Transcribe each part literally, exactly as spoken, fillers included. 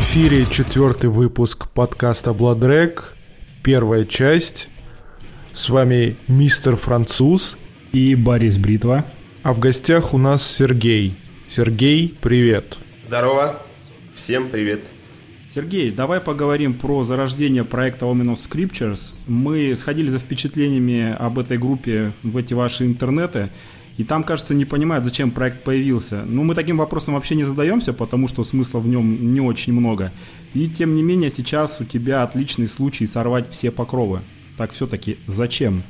эфире четвертый выпуск подкаста Бладрек, первая часть. С вами мистер Француз и Борис Бритва. А в гостях у нас Сергей. Сергей, привет. Здорово. Всем привет. Сергей, давай поговорим про зарождение проекта Ominous Scriptures. Мы сходили за впечатлениями об этой группе в эти ваши интернеты, и там, кажется, не понимают, зачем проект появился. Ну, мы таким вопросом вообще не задаемся, потому что смысла в нем не очень много. И, тем не менее, сейчас у тебя отличный случай сорвать все покровы. Так все-таки зачем?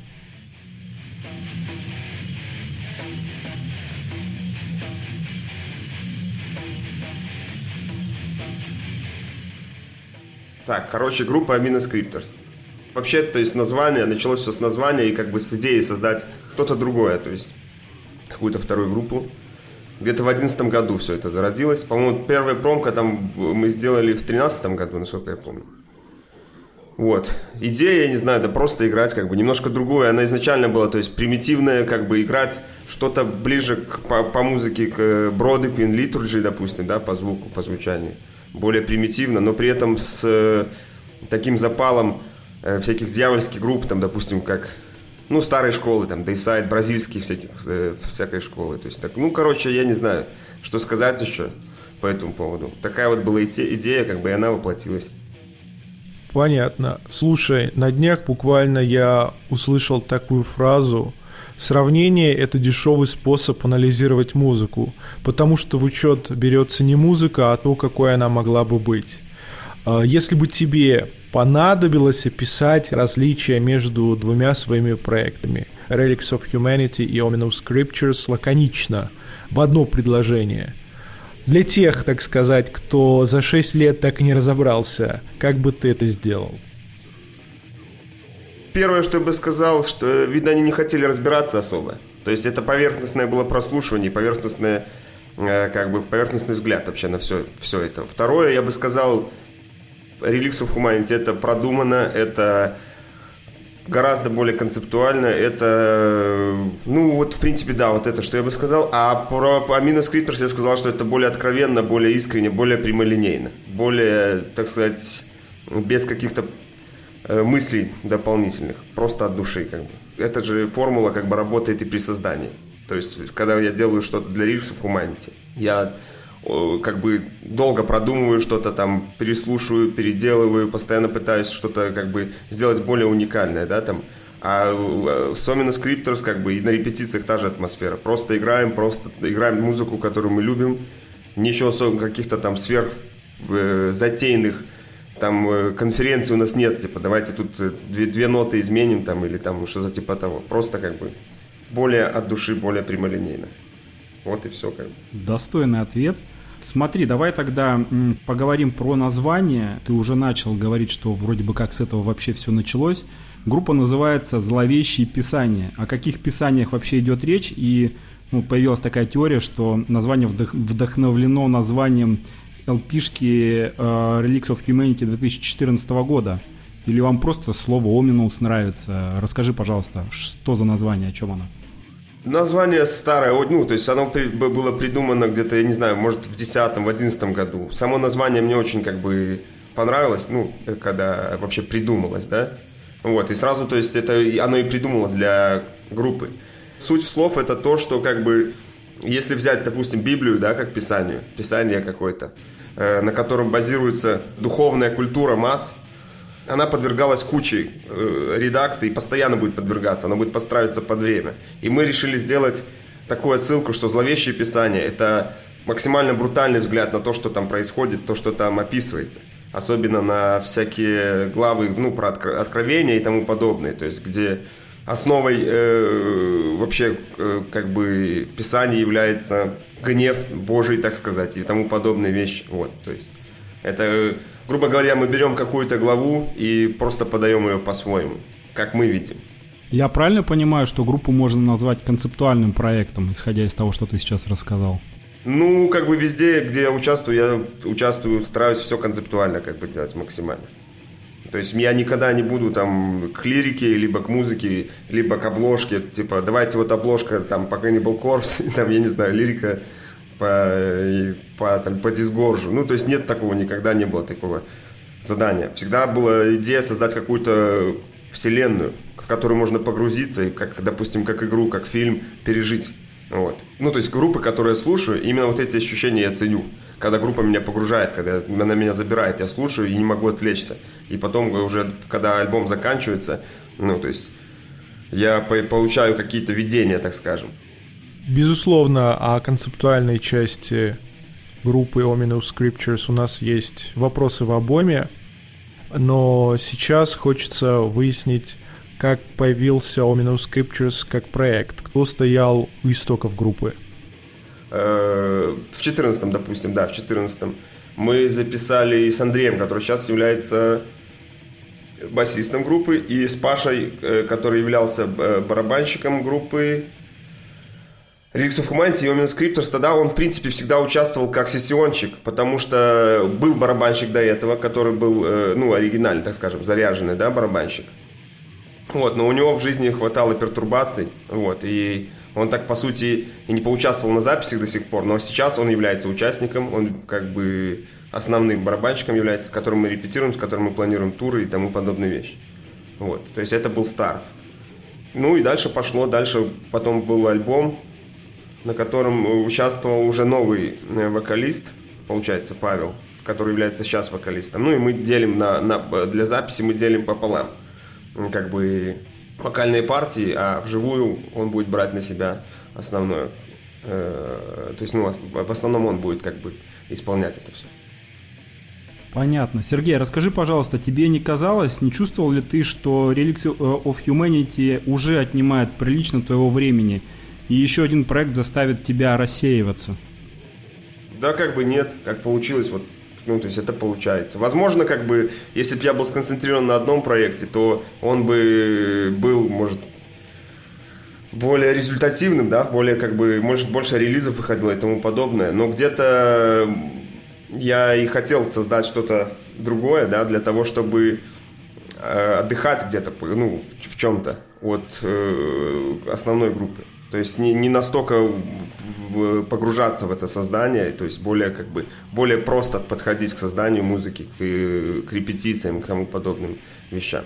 Так, короче, группа Ominous Scriptures. Вообще, то есть название, началось все с названия и как бы с идеи создать что-то другое, то есть какую-то вторую группу. Где-то в одиннадцатом году все это зародилось. По-моему, первая промка там мы сделали в тринадцатом году, насколько я помню. Вот. Идея, я не знаю, да просто играть как бы немножко другое. Она изначально была, то есть примитивная, как бы играть что-то ближе к, по, по музыке к Brody Queen Liturgy, допустим, да, по звуку, по звучанию. Более примитивно, но при этом с э, таким запалом э, всяких дьявольских групп, там, допустим, как, ну, старой школы, там, Dayside, бразильских всяких, э, всякой школы. То есть, так, ну, короче, я не знаю, что сказать еще по этому поводу. Такая вот была идея, как бы, и она воплотилась. Понятно. Слушай, на днях буквально я услышал такую фразу: сравнение – это дешевый способ анализировать музыку, потому что в учет берется не музыка, а то, какой она могла бы быть. Если бы тебе понадобилось описать различия между двумя своими проектами Relics of Humanity и Ominous Scriptures лаконично, в одно предложение, для тех, так сказать, кто за шесть лет так и не разобрался, как бы ты это сделал? Первое, что я бы сказал, что, видно, они не хотели разбираться особо. То есть это поверхностное было прослушивание, поверхностное, э, как бы, поверхностный взгляд вообще на все, все это. Второе, я бы сказал, Relics of Humanity это продумано, это гораздо более концептуально, это, ну, вот, в принципе, да, вот это, что я бы сказал. А про Ominous Scriptures я сказал, что это более откровенно, более искренне, более прямолинейно, более, так сказать, без каких-то мыслей дополнительных, просто от души, как бы. Эта же формула как бы работает и при создании. То есть, когда я делаю что-то для Relics of Humanity, я как бы долго продумываю что-то там, переслушиваю, переделываю, постоянно пытаюсь что-то как бы сделать более уникальное, да, там. А с Ominous Scriptures как бы и на репетициях та же атмосфера. Просто играем, просто играем музыку, которую мы любим. Ничего особенного, каких-то там сверх э, затейных там конференции у нас нет, типа, давайте тут две, две ноты изменим, там, или там что-то типа того. Просто как бы более от души, более прямолинейно. Вот и все, как бы. Достойный ответ. Смотри, давай тогда м, поговорим про название. Ты уже начал говорить, что вроде бы как с этого вообще все началось. Группа называется «Зловещие писания». О каких писаниях вообще идет речь? И ну, появилась такая теория, что название вдох- вдохновлено названием эл пи-шки uh, Relics of Humanity две тысячи четырнадцатого года. Или вам просто слово Ominous нравится? Расскажи, пожалуйста, что за название, о чем оно? Название старое, ну, то есть оно при, было придумано где-то, я не знаю, может в десятом, в одиннадцатом году. Само название мне очень как бы понравилось, ну, когда вообще придумалось, да. Вот, и сразу, то есть это оно и придумалось для группы. Суть слов это то, что как бы если взять, допустим, Библию, да, как писание, писание какое-то, э, на котором базируется духовная культура масс, она подвергалась куче э, редакций и постоянно будет подвергаться, она будет подстраиваться под время. И мы решили сделать такую отсылку, что зловещее писание – это максимально брутальный взгляд на то, что там происходит, то, что там описывается. Особенно на всякие главы, ну, про откровения и тому подобное, то есть где основой э, вообще э, как бы писания является гнев Божий, так сказать, и тому подобные вещи. Вот, то есть это, грубо говоря, мы берем какую-то главу и просто подаем ее по-своему, как мы видим. Я правильно понимаю, что группу можно назвать концептуальным проектом, исходя из того, что ты сейчас рассказал? Ну, как бы везде, где я участвую, я участвую, стараюсь все концептуально как бы делать максимально. То есть я никогда не буду там к лирике, либо к музыке, либо к обложке. Типа, давайте вот обложка там по Cannibal Corpse, там, я не знаю, лирика по, по, там, по дисгоржу. Ну, то есть нет такого, никогда не было такого задания. Всегда была идея создать какую-то вселенную, в которую можно погрузиться, и как, допустим, как игру, как фильм пережить. Вот. Ну, то есть группы, которые я слушаю, именно вот эти ощущения я ценю. Когда группа меня погружает, когда она меня забирает, я слушаю и не могу отвлечься. И потом уже, когда альбом заканчивается, ну, то есть я получаю какие-то видения, так скажем. Безусловно, о концептуальной части группы Ominous Scriptures у нас есть вопросы в альбоме, но сейчас хочется выяснить, как появился Ominous Scriptures как проект, кто стоял у истоков группы. В четырнадцатом, допустим, да, в четырнадцатом мы записали с Андреем, который сейчас является басистом группы, и с Пашей, который являлся барабанщиком группы Relics of Humanity и Ominous Scriptures. Тогда он, в принципе, всегда участвовал как сессионщик, потому что был барабанщик до этого, который был, ну, оригинальный, так скажем, заряженный, да, барабанщик. Вот, но у него в жизни хватало пертурбаций, вот, и он так, по сути, и не поучаствовал на записях до сих пор, но сейчас он является участником, он как бы основным барабанщиком является, с которым мы репетируем, с которым мы планируем туры и тому подобные вещи. Вот, то есть это был старт. Ну и дальше пошло, дальше потом был альбом, на котором участвовал уже новый вокалист, получается, Павел, который является сейчас вокалистом. Ну и мы делим на, на, для записи мы делим пополам, как бы вокальные партии, а вживую он будет брать на себя основное. Э, то есть, ну, в основном он будет как бы исполнять это все. Понятно. Сергей, расскажи, пожалуйста, тебе не казалось, не чувствовал ли ты, что Relics of Humanity уже отнимает прилично твоего времени, и еще один проект заставит тебя рассеиваться? Да, как бы нет, как получилось, вот, ну, то есть это получается. Возможно, как бы, если бы я был сконцентрирован на одном проекте, то он бы был, может, более результативным, да, более, как бы, может, больше релизов выходило и тому подобное, но где-то я и хотел создать что-то другое, да, для того, чтобы э, отдыхать где-то, ну, в, в чем-то от э, основной группы. То есть не, не настолько в, в, погружаться в это создание, то есть более, как бы, более просто подходить к созданию музыки, к, к репетициям и к тому подобным вещам.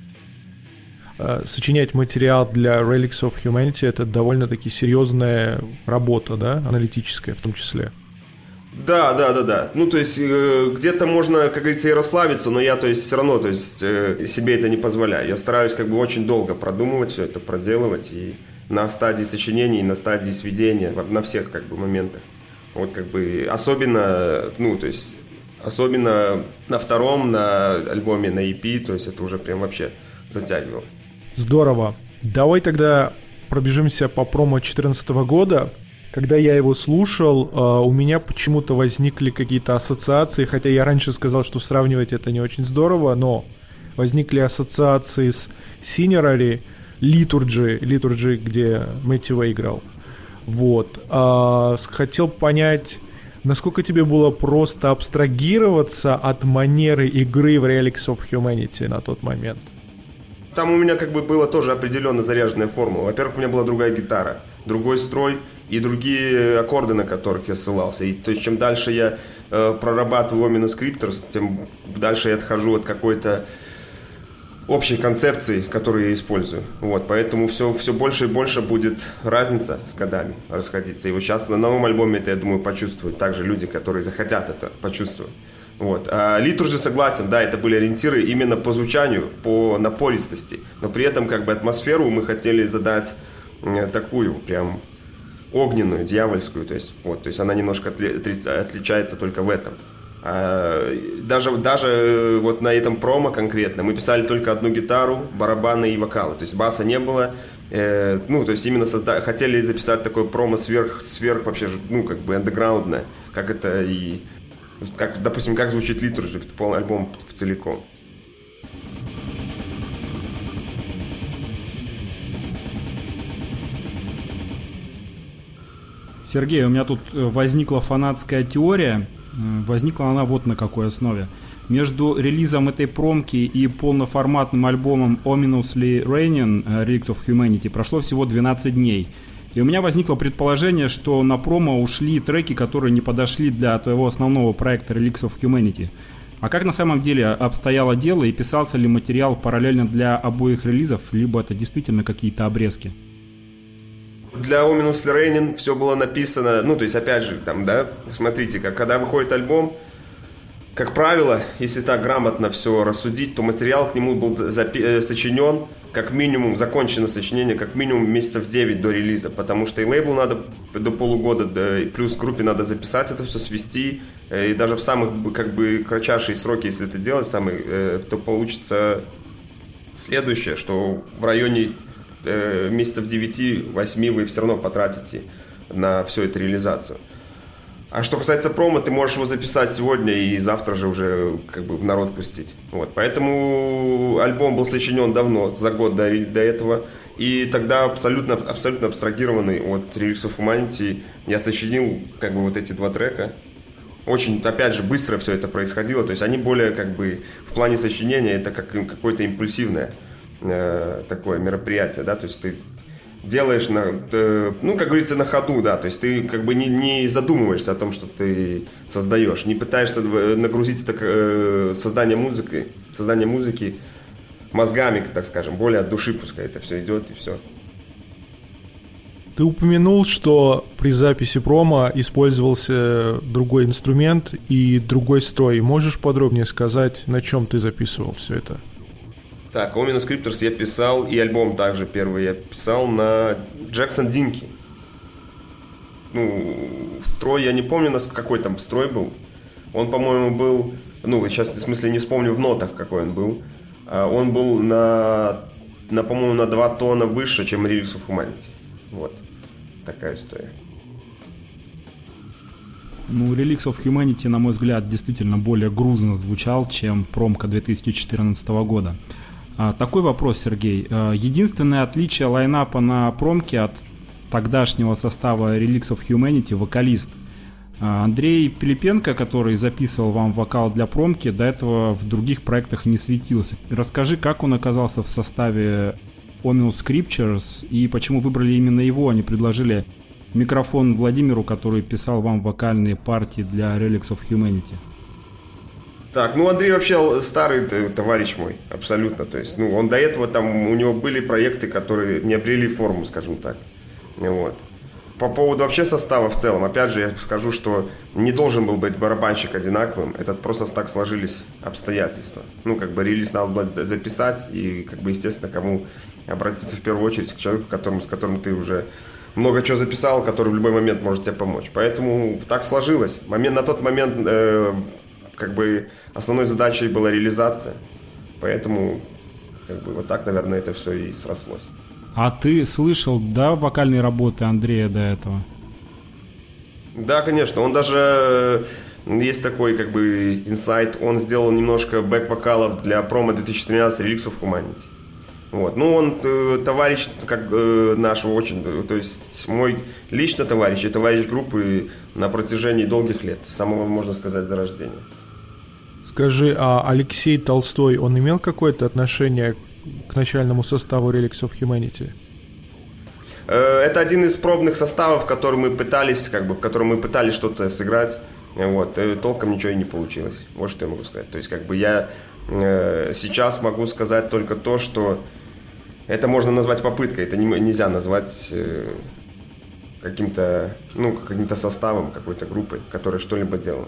Сочинять материал для Relics of Humanity — это довольно-таки серьезная работа, да, аналитическая в том числе. Да, да, да, да. Ну, то есть, э, где-то можно, как говорится, и расслабиться, но я, то есть, все равно, то есть, э, себе это не позволяю. Я стараюсь, как бы, очень долго продумывать все это, проделывать, и на стадии сочинения, и на стадии сведения, на всех, как бы, моментах. Вот, как бы, особенно, ну, то есть, особенно на втором, на альбоме, на и пи, то есть, это уже прям вообще затягивало. Здорово. Давай тогда пробежимся по промо две тысячи четырнадцатого года. Когда я его слушал, у меня почему-то возникли какие-то ассоциации, хотя я раньше сказал, что сравнивать это не очень здорово, но возникли ассоциации с Cinerary, Liturgy, Liturgy, где Мэтью играл. Вот. Хотел понять, насколько тебе было просто абстрагироваться от манеры игры в Relics of Humanity на тот момент? Там у меня как бы была тоже определенно заряженная формула. Во-первых, у меня была другая гитара, другой строй и другие аккорды, на которых я ссылался. И то есть, чем дальше я э, прорабатываю Ominous Scriptures, тем дальше я отхожу от какой-то общей концепции, которую я использую. Вот, поэтому все, все больше и больше будет разница с годами расходиться. И вот сейчас на новом альбоме это, я думаю, почувствуют также люди, которые захотят это почувствовать. Вот. А Liturgy, согласен, да, это были ориентиры именно по звучанию, по напористости. Но при этом как бы атмосферу мы хотели задать э, такую прям огненную, дьявольскую. То есть, вот, то есть она немножко отли- отличается только в этом. А, даже, даже вот на этом промо конкретно мы писали только одну гитару, барабаны и вокалы. То есть баса не было. Э, ну, то есть именно созда- хотели записать такое промо сверх, сверх вообще, ну, как бы андеграундное, как это и... Как, допустим, как звучит Liturgy в полный альбом в целиком. Сергей, у меня тут возникла фанатская теория. Возникла она вот на какой основе. Между релизом этой промки и полноформатным альбомом Ominously Raining Relics of Humanity прошло всего двенадцать дней. И у меня возникло предположение, что на промо ушли треки, которые не подошли для твоего основного проекта Relics of Humanity. А как на самом деле обстояло дело и писался ли материал параллельно для обоих релизов, либо это действительно какие-то обрезки? Для Ominous Lorraine все было написано, ну, то есть, опять же, там, да, смотрите, как когда выходит альбом, как правило, если так грамотно все рассудить, то материал к нему был запи- сочинен, как минимум, закончено сочинение, как минимум месяцев девять до релиза, потому что и лейблу надо до полугода, да, и плюс группе надо записать это все, свести, и даже в самых, как бы, кратчайшие сроки, если это делать, самые, то получится следующее, что в районе месяцев девяти-восьми вы все равно потратите на всю эту реализацию. А что касается промо, ты можешь его записать сегодня и завтра же уже как бы в народ пустить. Вот. Поэтому альбом был сочинен давно, за год до, до этого. И тогда абсолютно, абсолютно абстрагированный от Relics of Humanity я сочинил как бы вот эти два трека. Очень, опять же, быстро все это происходило. То есть они более как бы в плане сочинения это как какое-то импульсивное э, такое мероприятие, да, то есть ты делаешь, на, ну, как говорится, на ходу, да, то есть ты как бы не, не задумываешься о том, что ты создаешь, не пытаешься нагрузить это создание музыки, создание музыки мозгами, так скажем, более от души пускай это все идет и все. Ты упомянул, что при записи промо использовался другой инструмент и другой строй. Можешь подробнее сказать, на чем ты записывал все это? Так, Ominous Scriptures я писал, и альбом также первый я писал на Jackson Dinky. Ну, строй, я не помню, какой там строй был. Он, по-моему, был, ну, сейчас, в смысле, не вспомню в нотах, какой он был. Он был на, на по-моему, на два тона выше, чем Relics of Humanity. Вот, такая история. Ну, Relics of Humanity, на мой взгляд, действительно более грузно звучал, чем промка две тысячи четырнадцатого года. Такой вопрос, Сергей. Единственное отличие лайнапа на промке от тогдашнего состава Relics of Humanity — вокалист. Андрей Пилипенко, который записывал вам вокал для промки, до этого в других проектах не светился. Расскажи, как он оказался в составе Ominous Scriptures и почему выбрали именно его, а не предложили микрофон Владимиру, который писал вам вокальные партии для Relics of Humanity? Так, ну Андрей вообще старый товарищ мой, абсолютно. То есть, ну, он до этого там, у него были проекты, которые не обрели форму, скажем так. Вот. По поводу вообще состава в целом, опять же, я скажу, что не должен был быть барабанщик одинаковым. Это просто так сложились обстоятельства. Ну, как бы релиз надо было записать, и, как бы, естественно, кому обратиться в первую очередь к человеку, которому, с которым ты уже много чего записал, который в любой момент может тебе помочь. Поэтому так сложилось. Момент, на тот момент э, как бы основной задачей была реализация. Поэтому как бы вот так, наверное, это все и срослось. А ты слышал, да, вокальные работы Андрея до этого? Да, конечно. Он даже... Есть такой, как бы, инсайт. Он сделал немножко бэк-вокалов для промо две тысячи тринадцатого Relics of Humanity. Вот. Ну, он э, товарищ как э, нашего очень... То есть мой лично товарищ и товарищ группы на протяжении долгих лет. С самого, можно сказать, зарождения. Скажи, а Алексей Толстой, он имел какое-то отношение к начальному составу Relics of Humanity? Это один из пробных составов, который мы пытались, как бы, в котором мы пытались что-то сыграть. Вот, и толком ничего и не получилось. Вот что я могу сказать. То есть, как бы я э, сейчас могу сказать только то, что это можно назвать попыткой. Это не, нельзя назвать э, каким-то, ну, каким-то составом, какой-то группой, которая что-либо делала.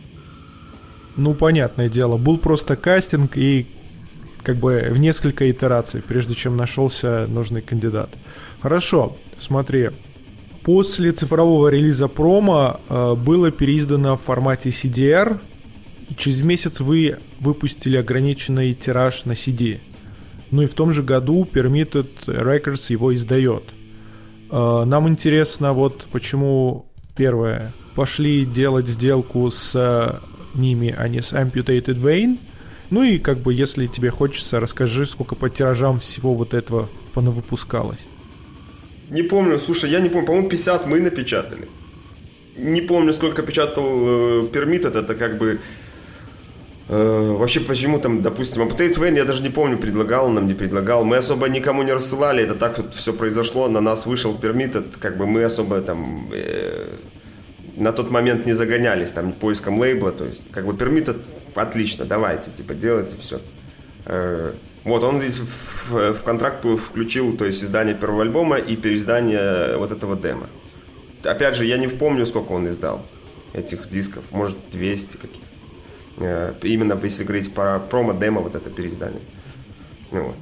Ну, понятное дело. Был просто кастинг и как бы в несколько итераций, прежде чем нашелся нужный кандидат. Хорошо, смотри. После цифрового релиза промо э, было переиздано в формате си ди ар, и через месяц вы выпустили ограниченный тираж на си ди. Ну и в том же году Permitted Records его издает. Э, нам интересно, вот почему, первое, пошли делать сделку с э, ними, а не с Amputated Vein. Ну и как бы, если тебе хочется, расскажи, сколько по тиражам всего вот этого понавыпускалось. Не помню, слушай, я не помню, по-моему, пятьдесят мы напечатали. Не помню, сколько печатал э, Permitted, это как бы... Э, вообще, почему там, допустим, Amputate Vein, я даже не помню, предлагал он нам, не предлагал. Мы особо никому не рассылали, это так вот все произошло, на нас вышел Permitted, как бы мы особо там э, на тот момент не загонялись там поиском лейбла, то есть как бы Permitted, отлично, давайте, типа, делайте все. Э, вот, он здесь в, в контракт включил, то есть издание первого альбома и переиздание вот этого демо. Опять же, я не помню, сколько он издал этих дисков, может, двести каких. Именно если говорить про промо-демо, вот это переиздание. Ну, вот.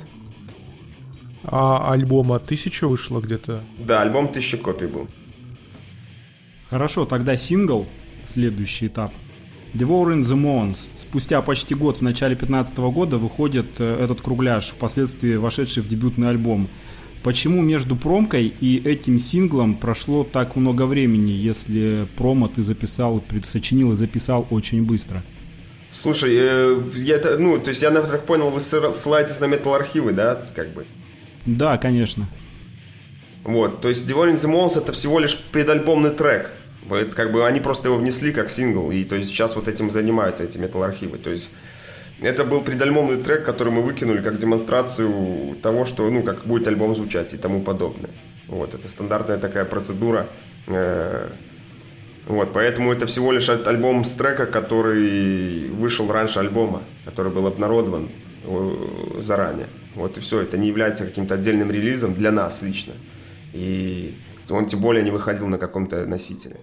А альбома тысяча вышло где-то? Да, альбом тысяча копий был. Хорошо, тогда сингл, следующий этап. Devouring the Mons. Спустя почти год, в начале две тысячи пятнадцатого года, выходит этот кругляш, впоследствии вошедший в дебютный альбом. Почему между промкой и этим синглом прошло так много времени, если промо ты записал, сочинил и записал очень быстро? Слушай, э, я, ну, то есть я, наверное, так понял, вы ссылаетесь на метал-архивы, да, как бы? Да, конечно. Вот, то есть Devouring the Mons это всего лишь предальбомный трек. Это, как бы они просто его внесли как сингл, и то есть сейчас вот этим занимаются эти метал-архивы. То есть это был предальбомный трек, который мы выкинули как демонстрацию того, что, ну, как будет альбом звучать и тому подобное. Вот, это стандартная такая процедура. Вот, поэтому это всего лишь альбом с трека, который вышел раньше альбома, который был обнародован заранее. Вот и все, это не является каким-то отдельным релизом для нас лично. И он тем более не выходил на каком-то носителе.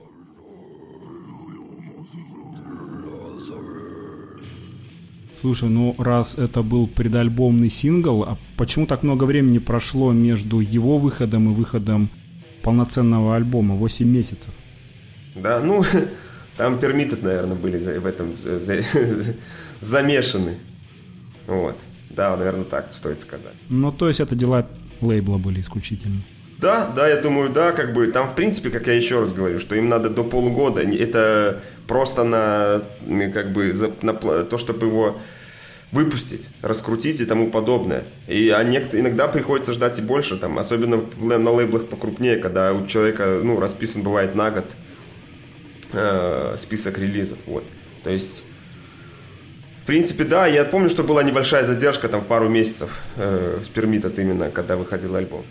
Слушай, ну раз это был предальбомный сингл, а почему так много времени прошло между его выходом и выходом полноценного альбома? восемь месяцев. Да, ну, там Permitted, наверное, были в этом замешаны. Вот. Да, наверное, так стоит сказать. Ну, то есть это дела лейбла были исключительно. Да, да, я думаю, да, как бы там, в принципе, как я еще раз говорю, что им надо до полугода. Это просто на, как бы, на то, чтобы его выпустить, раскрутить и тому подобное. И а некто, иногда приходится ждать и больше, там, особенно в, на лейблах покрупнее, когда у человека, ну, расписан бывает на год э, список релизов, вот. То есть, в принципе, да, я помню, что была небольшая задержка, там, в пару месяцев э, с Permitted именно, когда выходил альбом.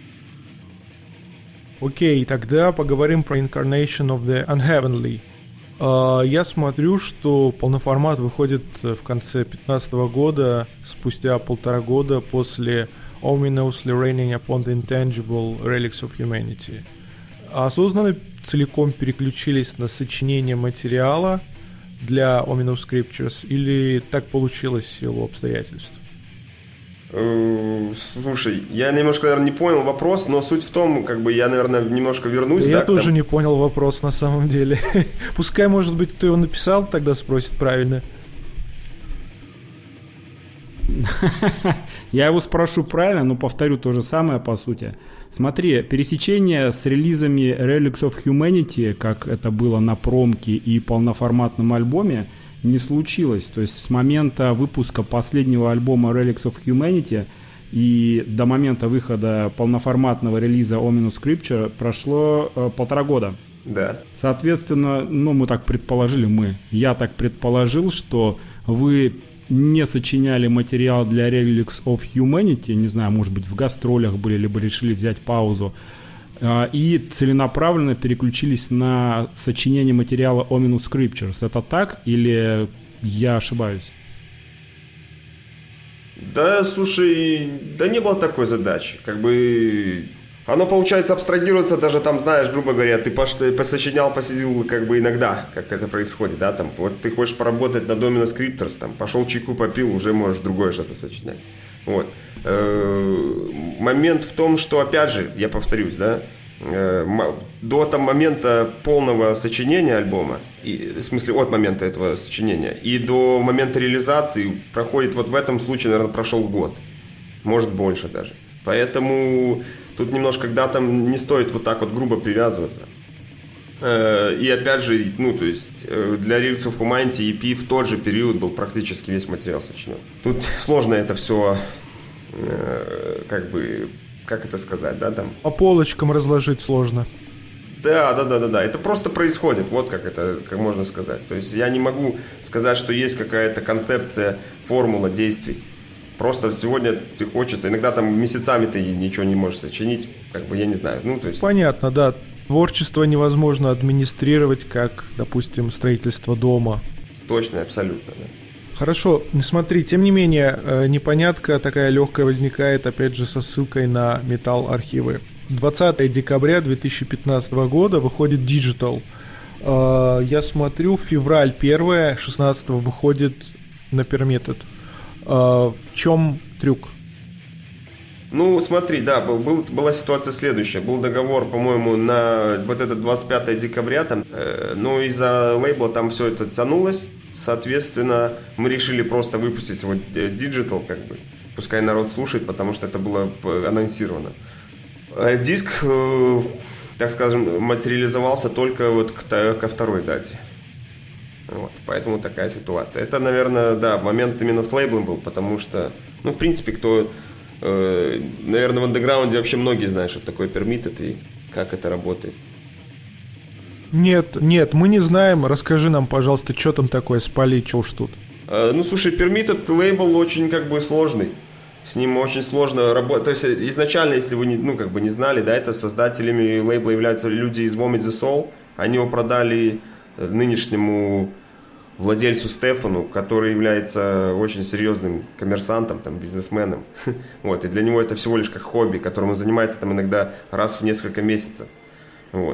Окей, тогда поговорим про Incarnation of the Unheavenly. Uh, я смотрю, что полноформат выходит в конце две тысячи пятнадцатого года, спустя полтора года после Ominously Raining Upon the Intangible Relics of Humanity. Осознанно целиком переключились на сочинение материала для Ominous Scriptures или так получилось в силу обстоятельств? Слушай, я немножко, наверное, не понял вопрос, но суть в том, как бы я, наверное, немножко вернусь. Я да, тоже там... не понял вопрос на самом деле. Пускай, может быть, кто его написал, тогда спросит правильно. Я его спрошу правильно, но повторю то же самое по сути. Смотри, пересечение с релизами Relics of Humanity, как это было на промке и полноформатном альбоме, не случилось. То есть с момента выпуска последнего альбома Relics of Humanity и до момента выхода полноформатного релиза Ominous Scripture прошло э, полтора года. Да. Соответственно, ну мы так предположили, мы, я так предположил, что вы не сочиняли материал для Relics of Humanity, не знаю, может быть в гастролях были, либо решили взять паузу, и целенаправленно переключились на сочинение материала Ominous Scriptures. Это так или я ошибаюсь? Да, слушай, да не было такой задачи. Как бы оно, получается, абстрагируется даже там, знаешь, грубо говоря, ты посочинял, посидел как бы иногда, как это происходит, да, там, вот ты хочешь поработать над Ominous Scriptures, там, пошел чайку попил, уже можешь другое что-то сочинять. Вот. Момент в том, что, опять же, я повторюсь, да, до там момента полного сочинения альбома, и, в смысле от момента этого сочинения, и до момента реализации проходит, вот в этом случае, наверное, прошел год, может больше даже. Поэтому тут немножко, когда там не стоит вот так вот грубо привязываться. И опять же, ну, то есть для Relics of Humanity и пи в тот же период был практически весь материал сочинен. Тут сложно это все, как бы, как это сказать, да, там. По полочкам разложить сложно. Да, да, да, да, да. Это просто происходит, вот как это, как можно сказать. То есть я не могу сказать, что есть какая-то концепция, формула действий. Просто сегодня ты хочется, иногда там месяцами ты ничего не можешь сочинить, как бы я не знаю. Ну, то есть... Понятно, да. Творчество невозможно администрировать, как, допустим, строительство дома. Точно, абсолютно, да. Хорошо, смотри, тем не менее, непонятка такая легкая возникает, опять же, со ссылкой на металл-архивы. двадцатого декабря две тысячи пятнадцатого года выходит Digital. Я смотрю, февраль первое, шестнадцатого выходит на Permitted. В чем трюк? Ну, смотри, да, был, была ситуация следующая. Был договор, по-моему, на вот это двадцать пятого декабря, там, э, но из-за лейбла там все это тянулось. Соответственно, мы решили просто выпустить его Digital, как бы. Пускай народ слушает, потому что это было анонсировано. Диск, э, так скажем, материализовался только вот к, ко второй дате. Вот, поэтому такая ситуация. Это, наверное, да, момент именно с лейблом был, потому что, ну, в принципе, кто, э, наверное, в андеграунде вообще многие знают, что такое Permitted и как это работает. Нет, нет, мы не знаем. Расскажи нам, пожалуйста, что там такое, спали, что уж тут. Э, ну, слушай, Permitted лейбл очень, как бы, сложный. С ним очень сложно работать. То есть, изначально, если вы не, ну, как бы не знали, да, это создателями лейбла являются люди из Vomit the Soul. Они его продали нынешнему владельцу Стефану, который является очень серьезным коммерсантом, там, бизнесменом. Вот, и для него это всего лишь как хобби, которым он занимается там иногда раз в несколько месяцев. Вот.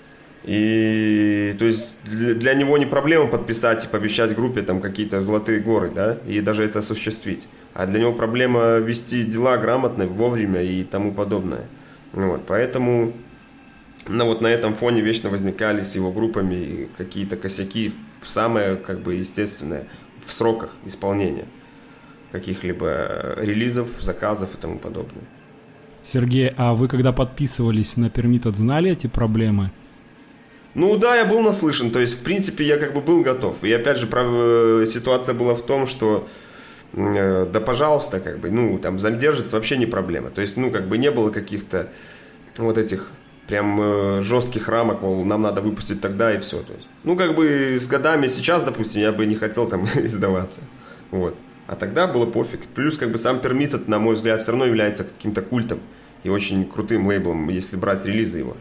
И то есть для, для него не проблема подписать и пообещать группе там какие-то золотые горы, да, и даже это осуществить. А для него проблема вести дела грамотно, вовремя и тому подобное. Вот, поэтому ну, вот на этом фоне вечно возникали с его группами какие-то косяки в самое, как бы, естественное, в сроках исполнения каких-либо релизов, заказов и тому подобное. Сергей, а вы когда подписывались на Permitted, знали эти проблемы? Ну да, я был наслышан, то есть в принципе я как бы был готов. И опять же, прав... ситуация была в том, что э, да пожалуйста, как бы, ну там задержится вообще не проблема. То есть, ну как бы не было каких-то вот этих прям э, жестких рамок, мол, нам надо выпустить тогда и все. То есть, ну как бы с годами сейчас, допустим, я бы не хотел там издаваться. Вот. А тогда было пофиг. Плюс как бы сам Permitted, на мой взгляд, все равно является каким-то культом и очень крутым лейблом, если брать релизы его.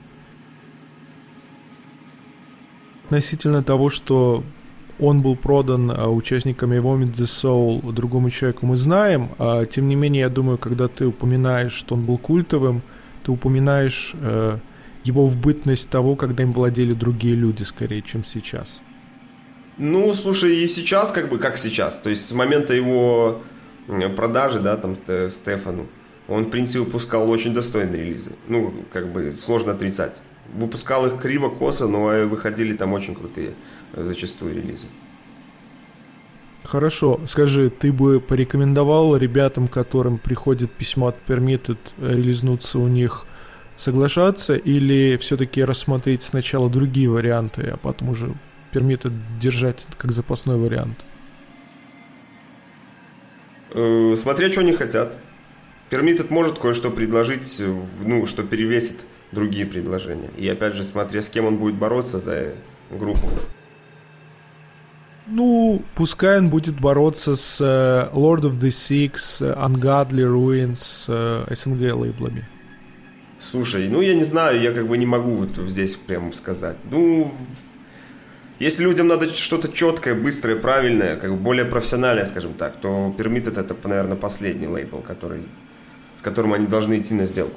Относительно того, что он был продан участниками Vomit the Soul другому человеку, мы знаем. А, тем не менее, я думаю, когда ты упоминаешь, что он был культовым, ты упоминаешь э, его в бытность того, когда им владели другие люди, скорее, чем сейчас. Ну, слушай, и сейчас, как бы, как сейчас. То есть с момента его продажи, да, там, Стефану, он, в принципе, выпускал очень достойные релизы. Ну, как бы, сложно отрицать. Выпускал их криво-косо, но выходили там очень крутые зачастую релизы. Хорошо. Скажи, ты бы порекомендовал ребятам, которым приходит письмо от Permitted, релизнуться у них, соглашаться, или все-таки рассмотреть сначала другие варианты, а потом уже Permitted держать как запасной вариант? Э, смотря, что они хотят. Permitted может кое-что предложить, ну, что перевесит другие предложения. И опять же, смотря с кем он будет бороться за группу. Ну, пускай он будет бороться с uh, Lord of the Six, uh, Ungodly Ruins, uh, эс эн гэ лейблами. Слушай, ну я не знаю, я как бы не могу вот здесь прямо сказать. Ну, если людям надо что-то четкое, быстрое, правильное, как бы более профессиональное, скажем так, то Permitted это, наверное, последний лейбл, который, с которым они должны идти на сделку.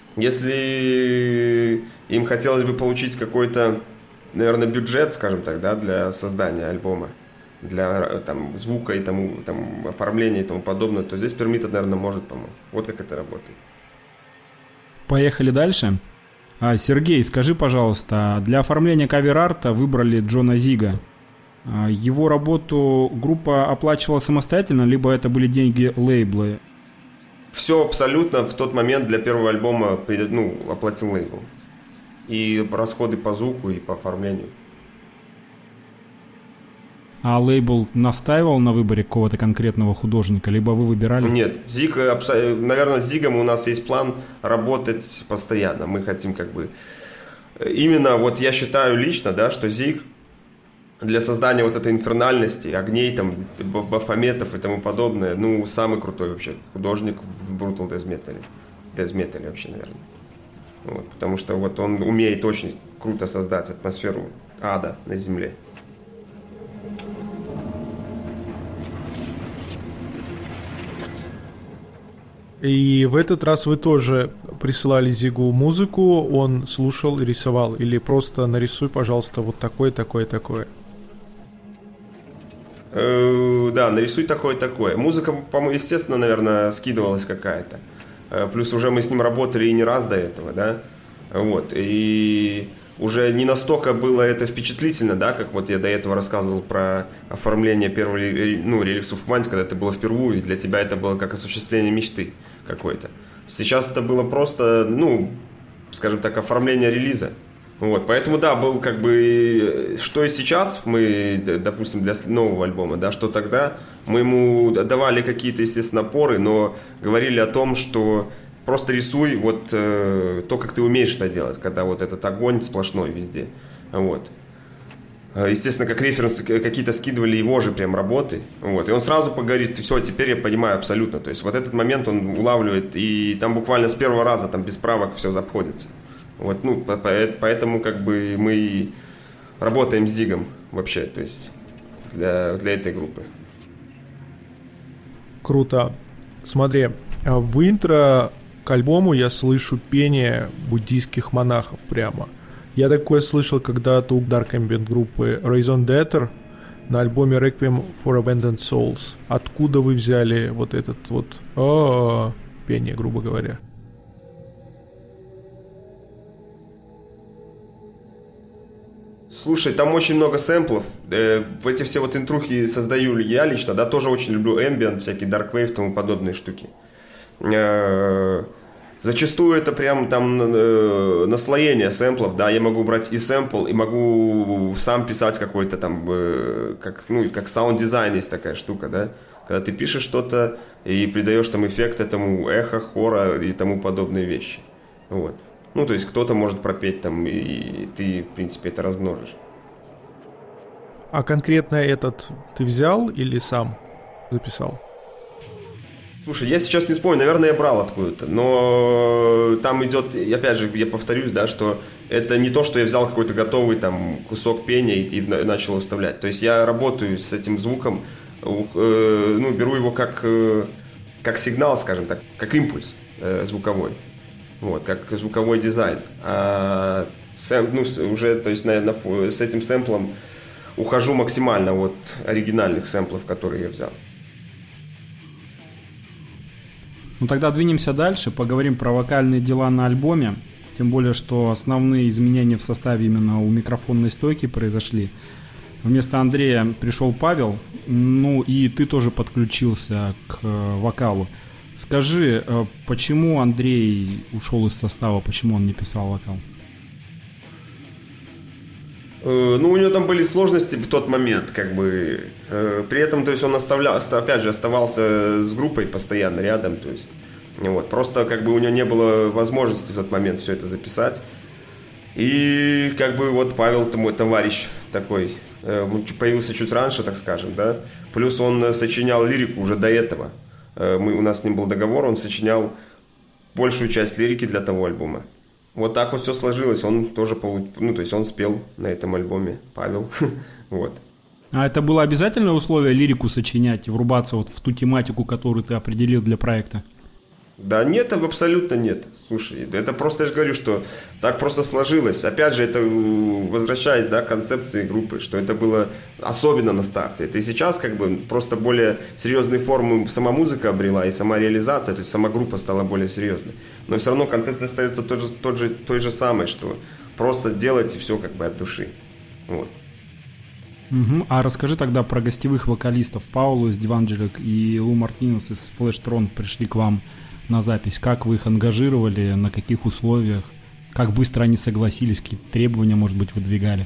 Если им хотелось бы получить какой-то, наверное, бюджет, скажем так, да, для создания альбома, для там, звука и тому, там, оформления и тому подобное, то здесь Permitted, наверное, может помочь. Вот как это работает. Поехали дальше. А, Сергей, скажи, пожалуйста, для оформления кавер-арта выбрали Джона Зига. А, его работу группа оплачивала самостоятельно, либо это были деньги лейбла? Все абсолютно в тот момент для первого альбома, ну, оплатил лейбл. И расходы по звуку, и по оформлению. А лейбл настаивал на выборе какого-то конкретного художника, либо вы выбирали? Нет, Зиг, наверное, с Зигом у нас есть план работать постоянно. Мы хотим как бы именно вот я считаю лично, да, что Зиг для создания вот этой инфернальности, огней, там, бафометов и тому подобное, ну, самый крутой вообще художник в Brutal Death Metal. Death Metal вообще, наверное. Вот, потому что вот он умеет очень круто создать атмосферу ада на земле. И в этот раз вы тоже присылали Зигу музыку, он слушал и рисовал? Или просто нарисуй, пожалуйста, вот такое, такое, такое? Да, нарисуй такое-такое. Музыка, по-моему, естественно, наверное, скидывалась какая-то. Плюс уже мы с ним работали и не раз до этого, да. Вот. И уже не настолько было это впечатлительно, да, как вот я до этого рассказывал про оформление первого, ну, Relics of Humanity, когда это было впервые, и для тебя это было как осуществление мечты какой-то. Сейчас это было просто, ну, скажем так, оформление релиза. Вот, поэтому, да, был как бы, что и сейчас мы, допустим, для нового альбома, да, что тогда мы ему давали какие-то, естественно, опоры, но говорили о том, что просто рисуй вот э, то, как ты умеешь это делать, когда вот этот огонь сплошной везде, вот. Естественно, как референсы какие-то скидывали его же прям работы, вот, и он сразу поговорит, все, теперь я понимаю абсолютно, то есть вот этот момент он улавливает, и там буквально с первого раза, там без правок все обходится. Вот, ну, поэтому как бы мы работаем с Зигом вообще, то есть для, для этой группы. Круто. Смотри, в интро к альбому я слышу пение буддийских монахов прямо. Я такое слышал когда-то у Dark Ambient группы Raison d'être на альбоме Requiem for Abandoned Souls. Откуда вы взяли вот этот вот о-о-о, пение, грубо говоря? Слушай, там очень много сэмплов. Э, эти все вот интрухи создаю я лично, да, тоже очень люблю ambient, всякие dark wave и тому подобные штуки. Э, зачастую это прям там э, наслоение сэмплов, да, я могу брать и сэмпл, и могу сам писать какой-то там, э, как, ну, как саунд-дизайн есть такая штука, да, когда ты пишешь что-то и придаешь там эффект этому эхо, хора и тому подобные вещи, вот. Ну, то есть кто-то может пропеть там, и ты, в принципе, это размножишь. А конкретно этот ты взял или сам записал? Слушай, я сейчас не вспомню, наверное, я брал откуда-то, но там идет, опять же, я повторюсь, да, что это не то, что я взял какой-то готовый там кусок пения и, и начал его вставлять. То есть я работаю с этим звуком, э, ну, беру его как, э, как сигнал, скажем так, как импульс э, звуковой. Вот, как звуковой дизайн. А сэм, ну, уже, то есть, на, на, с этим сэмплом ухожу максимально от оригинальных сэмплов, которые я взял. Ну тогда двинемся дальше, поговорим про вокальные дела на альбоме. Тем более, что основные изменения в составе именно у микрофонной стойки произошли. Вместо Андрея пришел Павел, ну и ты тоже подключился к вокалу. Скажи, почему Андрей ушел из состава, почему он не писал вокал? Ну, у него там были сложности в тот момент, как бы. При этом, то есть, он оставлял, опять же, оставался с группой постоянно рядом, то есть. Вот. Просто, как бы, у него не было возможности в тот момент все это записать. И, как бы, вот Павел, мой товарищ такой, появился чуть раньше, так скажем, да. Плюс он сочинял лирику уже до этого. Мы, у нас с ним был договор, он сочинял большую часть лирики для того альбома. Вот так вот все сложилось, он тоже, ну, то есть он спел на этом альбоме, Павел, вот. А это было обязательное условие лирику сочинять и врубаться вот в ту тематику, которую ты определил для проекта? Да нет, абсолютно нет. Слушай, это просто, я же говорю, что так просто сложилось. Опять же, это возвращаясь, да, к концепции группы, что это было особенно на старте. Это и сейчас как бы просто более серьезные формы сама музыка обрела и сама реализация, то есть сама группа стала более серьезной. Но все равно концепция остается тот же, тот же, той же самой, что просто делать и все как бы от души. Вот. Угу. А расскажи тогда про гостевых вокалистов. Паулу из Диванджелик и Лу Мартинес из Flash Throne пришли к вам на запись. Как вы их ангажировали, на каких условиях, как быстро они согласились, какие требования, может быть, выдвигали?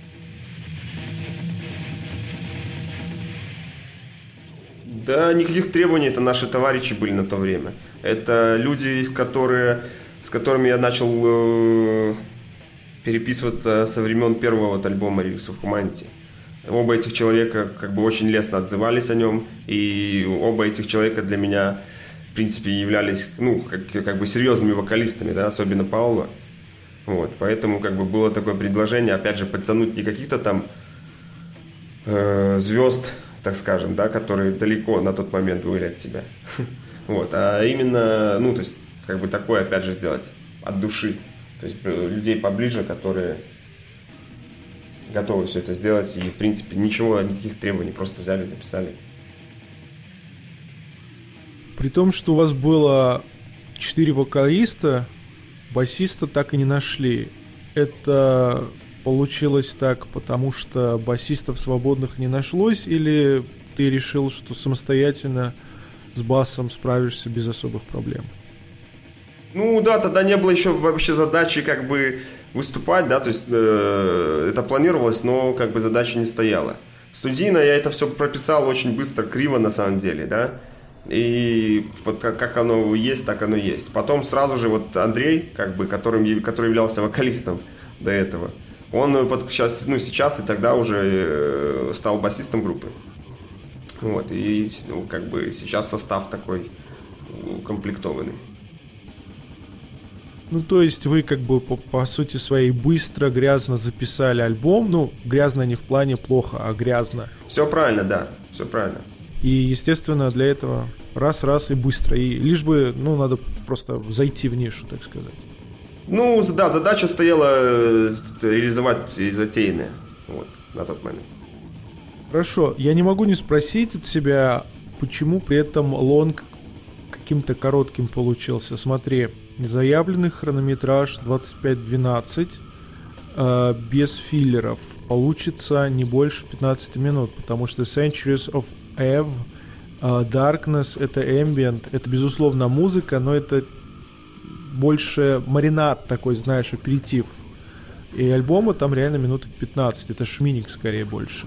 Да, никаких требований, это наши товарищи были на то время. Это люди, которые, с которыми я начал э, переписываться со времен первого вот альбома Relics of Humanity. Оба этих человека как бы очень лестно отзывались о нем, и оба этих человека для меня, в принципе, являлись, ну, как, как бы серьезными вокалистами, да, особенно Пауло. Вот, поэтому как бы было такое предложение, опять же, подтянуть не каких-то там э, звезд, так скажем, да, которые далеко на тот момент были от тебя, вот, а именно, ну, то есть, как бы такое, опять же, сделать от души, то есть людей поближе, которые готовы все это сделать, и, в принципе, ничего, никаких требований, просто взяли, записали. При том, что у вас было четыре вокалиста, басиста так и не нашли. Это получилось так, потому что басистов свободных не нашлось, или ты решил, что самостоятельно с басом справишься без особых проблем? Ну да, тогда не было еще вообще задачи как бы выступать, да, то есть э, это планировалось, но как бы задача не стояла. Студийно я это все прописал очень быстро, криво на самом деле, да, и вот как, как оно есть, так оно есть. Потом сразу же вот Андрей, как бы, которым, который являлся вокалистом до этого, он вот сейчас, ну, сейчас и тогда уже стал басистом группы. Вот, и ну, как бы сейчас состав такой укомплектованный. Ну, то есть вы как бы по, по сути своей быстро, грязно записали альбом. Ну, грязно не в плане плохо, а грязно. Все правильно, да, все правильно. И, естественно, для этого раз-раз и быстро. И лишь бы, ну, надо просто зайти в нишу, так сказать. Ну, да, задача стояла реализовать затеянное вот, на тот момент. Хорошо, я не могу не спросить от себя, почему при этом лонг каким-то коротким получился. Смотри, заявленный хронометраж двадцать пять двенадцать, э, без филлеров. Получится не больше пятнадцать минут, потому что Centuries of Eve, э, Darkness — это ambient, это, безусловно, музыка, но это больше маринад такой, знаешь, аперитив. И альбома там реально минут пятнадцать, это шминик скорее больше.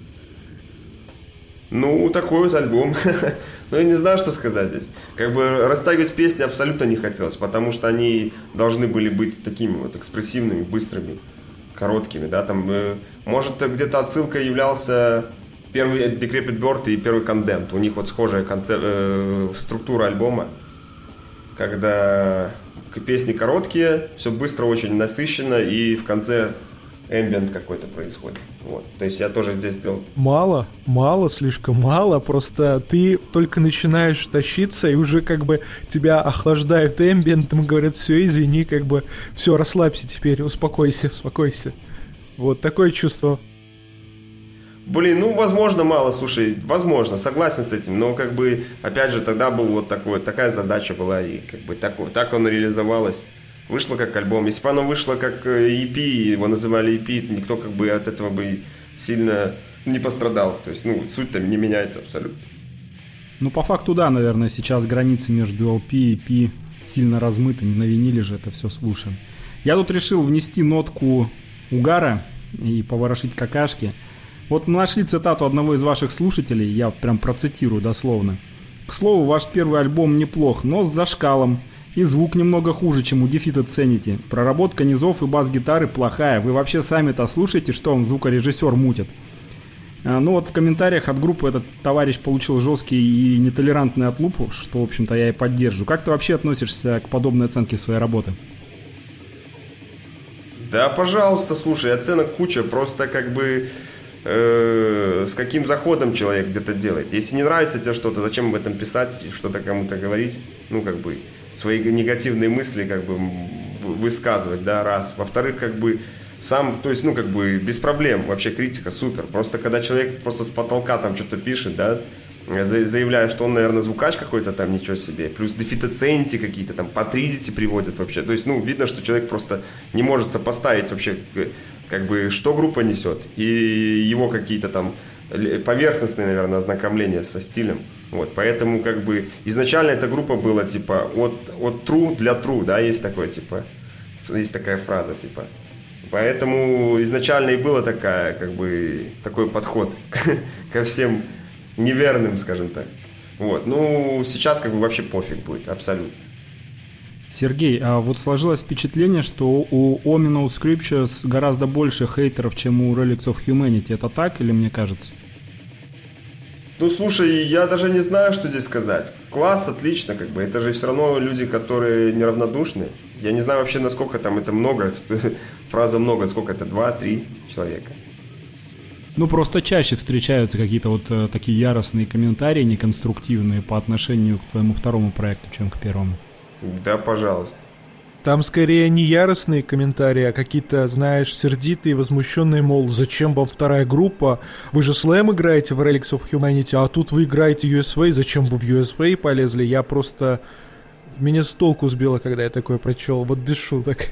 Ну, такой вот альбом. Ну, я не знаю, что сказать здесь. Как бы растягивать песни абсолютно не хотелось, потому что они должны были быть такими вот экспрессивными, быстрыми, короткими, да, там, э, может, где-то отсылкой являлся первый Decrepit Bird и первый Condemned. У них вот схожая концеп... э, структура альбома, когда песни короткие, все быстро, очень насыщенно, и в конце эмбиент какой-то происходит. Вот. То есть я тоже здесь сделал. Мало, мало, слишком мало. Просто ты только начинаешь тащиться, и уже как бы тебя охлаждают эмбиентом и говорят: все, извини, как бы все, расслабься теперь, успокойся, успокойся. Вот такое чувство. Блин, ну, возможно, мало, слушай, возможно, согласен с этим, но, как бы, опять же, тогда был вот такой, такая задача была, и, как бы, так, так оно реализовалось. Вышло как альбом. Если бы оно вышло как и пи, его называли и пи, никто, как бы, от этого бы сильно не пострадал. То есть, ну, суть-то не меняется абсолютно. Ну, по факту, да, наверное, сейчас границы между эл пи и и пи сильно размыты, не на виниле же это все слушаем. Я тут решил внести нотку угара и поворошить какашки. Вот мы нашли цитату одного из ваших слушателей, я прям процитирую дословно. К слову, ваш первый альбом неплох, но с зашкалом. И звук немного хуже, чем у Defeated Sanity. Проработка низов и бас-гитары плохая. Вы вообще сами-то слушаете, что он звукорежиссер мутит? А, ну вот в комментариях от группы этот товарищ получил жесткий и нетолерантный отлуп, что, в общем-то, я и поддерживаю. Как ты вообще относишься к подобной оценке своей работы? Да, пожалуйста, слушай, оценок куча, просто как бы э, с каким заходом человек где-то делает. Если не нравится тебе что-то, зачем об этом писать и что-то кому-то говорить? Ну, как бы свои негативные мысли как бы высказывать, да, раз. Во-вторых, как бы сам, то есть, ну, как бы без проблем, вообще критика супер. Просто когда человек просто с потолка там что-то пишет, да, заявляя, что он, наверное, звукач какой-то там, ничего себе, плюс Defeated Sanity какие-то там, по тридцать приводят вообще. То есть, ну, видно, что человек просто не может сопоставить вообще, как бы, что группа несет, и его какие-то там поверхностные, наверное, ознакомления со стилем. Вот, поэтому, как бы, изначально эта группа была, типа, от, от true для true, да, есть такое, типа, есть такая фраза, типа. Поэтому изначально и была такая, как бы, такой подход ко всем неверным, скажем так. Вот, ну, сейчас, как бы, вообще пофиг будет, абсолютно. Сергей, а вот сложилось впечатление, что у Ominous Scriptures гораздо больше хейтеров, чем у Relics of Humanity. Это так или мне кажется? Ну, слушай, я даже не знаю, что здесь сказать. Класс, отлично, как бы. Это же все равно люди, которые неравнодушны. Я не знаю вообще, насколько там это много. Фраза много, сколько это? Два-три человека. Ну, просто чаще встречаются какие-то вот э, такие яростные комментарии, неконструктивные по отношению к твоему второму проекту, чем к первому. Да, пожалуйста. Там скорее не яростные комментарии, а какие-то, знаешь, сердитые, возмущенные, мол, зачем вам вторая группа? Вы же Slam играете в Relics of Humanity, а тут вы играете ю эс ви, зачем вы в ю эс ви полезли? Я просто... Меня с толку сбило, когда я такое прочел, вот без шуток.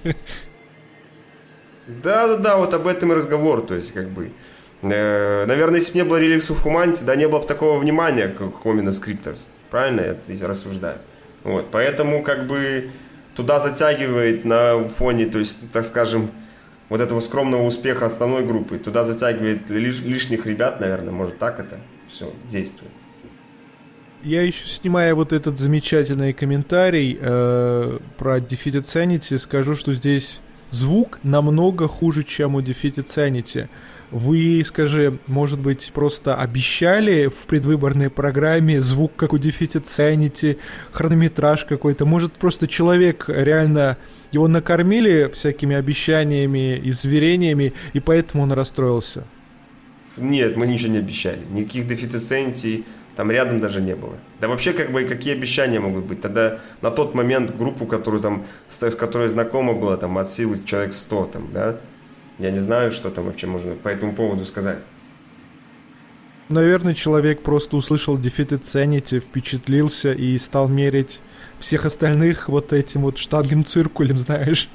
Да-да-да, вот об этом и разговор, то есть, как бы... Э, наверное, если бы не было Relics of Humanity, да, не было бы такого внимания к Ominous Scriptures. Правильно я рассуждаю? Вот, поэтому, как бы... Туда затягивает на фоне, то есть, так скажем, вот этого скромного успеха основной группы. Туда затягивает лиш- лишних ребят, наверное, может так это все действует. Я еще, снимая вот этот замечательный комментарий э, про Defeated Sanity, скажу, что здесь звук намного хуже, чем у Defeated Sanity. Вы, скажи, может быть, просто обещали в предвыборной программе звук, как у Defeated Sanity, хронометраж какой-то? Может, просто человек реально... Его накормили всякими обещаниями и заверениями, и поэтому он расстроился? Нет, мы ничего не обещали. Никаких Defeated Sanity там рядом даже не было. Да вообще, как бы, какие обещания могут быть? Тогда на тот момент группу, которую там, с, с которой знакома была, там, от силы человек сто, там, да? Я не знаю, что там вообще можно по этому поводу сказать. Наверное, человек просто услышал Defeated Sanity, впечатлился и стал мерить всех остальных вот этим вот штангенциркулем, знаешь.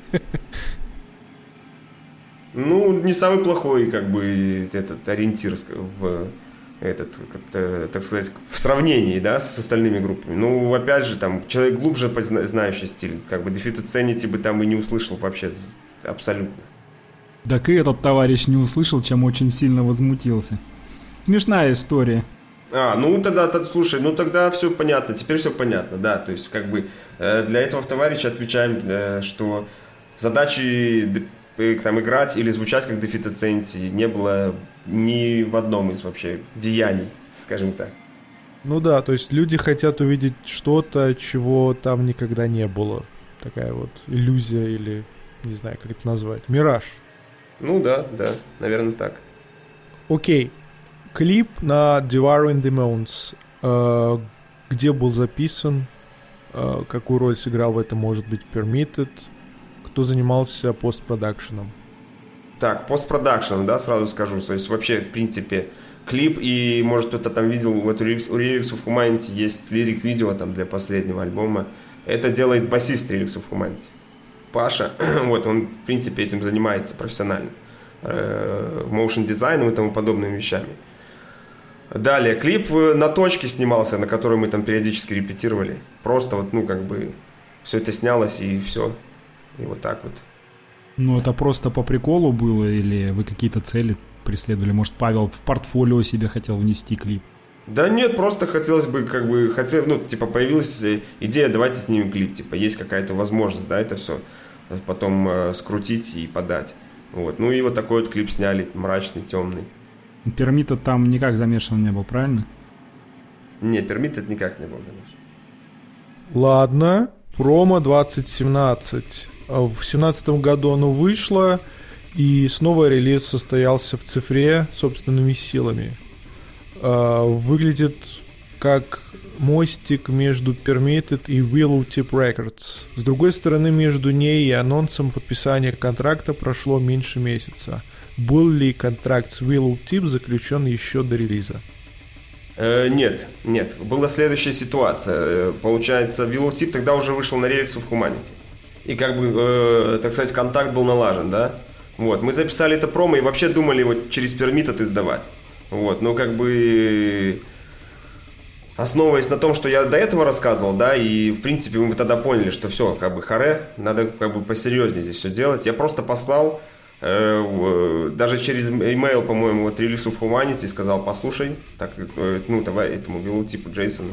Ну, не самый плохой, как бы, этот ориентир в этот, так сказать, в сравнении, да, с остальными группами. Ну, опять же, там, человек глубже знающий стиль, как бы Defeated Sanity бы там и не услышал вообще абсолютно. Так и этот товарищ не услышал, чем очень сильно возмутился. Смешная история. А, ну тогда, тогда, слушай, ну тогда все понятно, теперь все понятно, да, то есть как бы э, для этого товарища отвечаем, э, что задачи э, там играть или звучать как Defeated Sanity не было ни в одном из вообще деяний, скажем так. Ну да, то есть люди хотят увидеть что-то, чего там никогда не было. Такая вот иллюзия или, не знаю, как это назвать, мираж. Ну да, да, наверное так. Окей. Клип на Devouring the Moons. Э, где был записан? Э, какую роль сыграл в этом, может быть, Permitted? Кто занимался постпродакшеном? Так, постпродакшеном, да, сразу скажу. То есть вообще, в принципе, клип, и, может, кто-то там видел, вот у Relics of Humanity есть лирик-видео там для последнего альбома. Это делает басист Relics of Humanity. Паша, вот, он, в принципе, этим занимается профессионально. Моушн дизайном и тому подобными вещами. Далее, клип на точке снимался, на которой мы там периодически репетировали. Просто вот, ну, как бы, все это снялось и все. И вот так вот. Ну, это просто по приколу было или вы какие-то цели преследовали? Может, Павел в портфолио себе хотел внести клип? Да нет, просто хотелось бы, как бы, хотел, ну, типа, появилась идея, давайте снимем клип, типа, есть какая-то возможность, да, это все потом э, скрутить и подать. Вот, ну и вот такой вот клип сняли, мрачный, темный. Permitted там никак замешан не был, правильно? Не, Permitted никак не был замешан. Ладно, промо двадцать семнадцать. В семнадцатом году оно вышло, и снова релиз состоялся в цифре собственными силами. Выглядит как мостик между Permitted и Willow Tip Records. С другой стороны, между ней и анонсом подписания контракта прошло меньше месяца. Был ли контракт с Willow Tip заключен еще до релиза? Э, нет, нет. Была следующая ситуация. Получается, Willow Tip тогда уже вышел на Relics of Humanity. И как бы, э, так сказать, контакт был налажен, да? Вот. Мы записали это промо и вообще думали вот через Permitted издавать. Вот, ну как бы основываясь на том, что я до этого рассказывал, да, и в принципе мы тогда поняли, что все, как бы харе, надо как бы посерьезнее здесь все делать. Я просто послал э, даже через email, по-моему, вот Relics of Humanity, сказал, послушай, так, э, ну давай этому Willow типу Джейсону,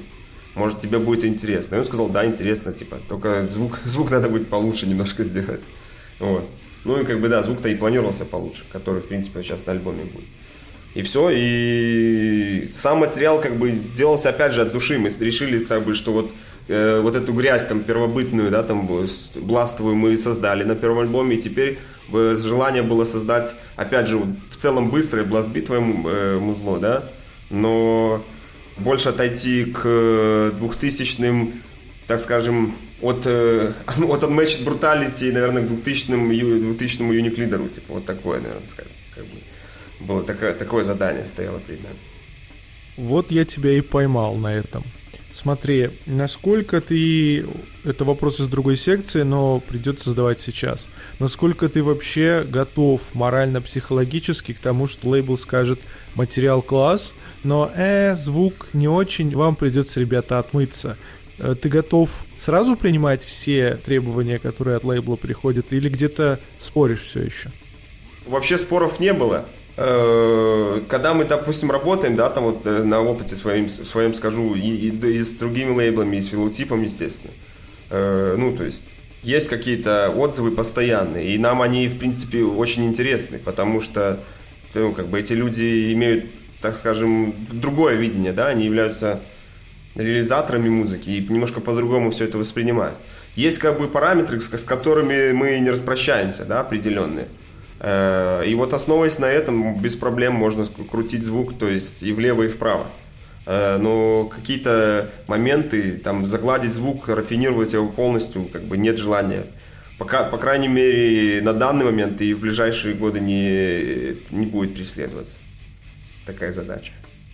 может, тебе будет интересно. И он сказал, да, интересно, типа, только звук, звук надо будет получше немножко сделать. Вот. Ну и как бы, да, звук-то и планировался получше, который, в принципе, сейчас на альбоме будет. И все, и сам материал как бы делался, опять же, от души. Мы решили, как бы, что вот, э, вот эту грязь там первобытную, да, там, бластовую мы создали на первом альбоме, и теперь э, желание было создать, опять же, в целом быстрое бластбитовое э, музло, да, но больше отойти к двухтысячным, так скажем, от, э, от Unmatched Brutality, наверное, к двухтысячному, двухтысячному Unique Leader, типа, вот такое, наверное, скажем, как бы. Было такое, такое задание стояло перед нами. Вот я тебя и поймал на этом. Смотри, насколько ты... Это вопрос из другой секции, но придется задавать сейчас. Насколько ты вообще готов морально-психологически к тому, что лейбл скажет материал класс, но э, звук не очень, вам придется, ребята, отмыться. Ты готов сразу принимать все требования, которые от лейбла приходят, или где-то споришь все еще? Вообще споров не было. Когда мы, допустим, работаем, да, там вот на опыте своим, своем скажу, и, и, и с другими лейблами, и с филотипом, естественно. Ну, то есть, есть какие-то отзывы постоянные, и нам они, в принципе, очень интересны, потому что, ну, как бы эти люди имеют, так скажем, другое видение, да, они являются реализаторами музыки и немножко по-другому все это воспринимают. Есть, как бы, параметры, с которыми мы не распрощаемся, да, определенные. И вот основываясь на этом, без проблем можно крутить звук, то есть и влево, и вправо. Но какие-то моменты, там, загладить звук, рафинировать его полностью, как бы нет желания. Пока, по крайней мере, на данный момент и в ближайшие годы не, не будет преследоваться такая задача.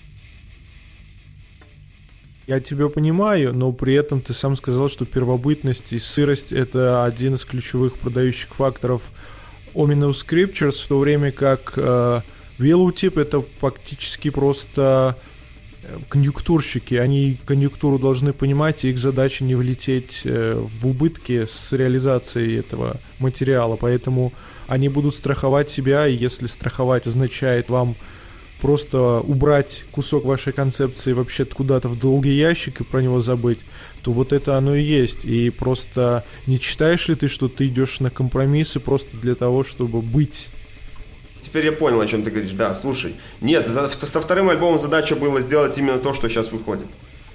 Я тебя понимаю, но при этом ты сам сказал, что первобытность и сырость — это один из ключевых продающих факторов Ominous Scriptures, в то время как э, Velotip — это фактически просто конъюнктурщики. Они конъюнктуру должны понимать, и их задача не влететь э, в убытки с реализацией этого материала. Поэтому они будут страховать себя, и если страховать означает вам просто убрать кусок вашей концепции вообще куда-то в долгий ящик и про него забыть, то вот это оно и есть. И просто не считаешь ли ты, что ты идешь на компромиссы просто для того, чтобы быть? Теперь я понял, о чем ты говоришь. Да, слушай. Нет, за, со вторым альбомом задача была сделать именно то, что сейчас выходит.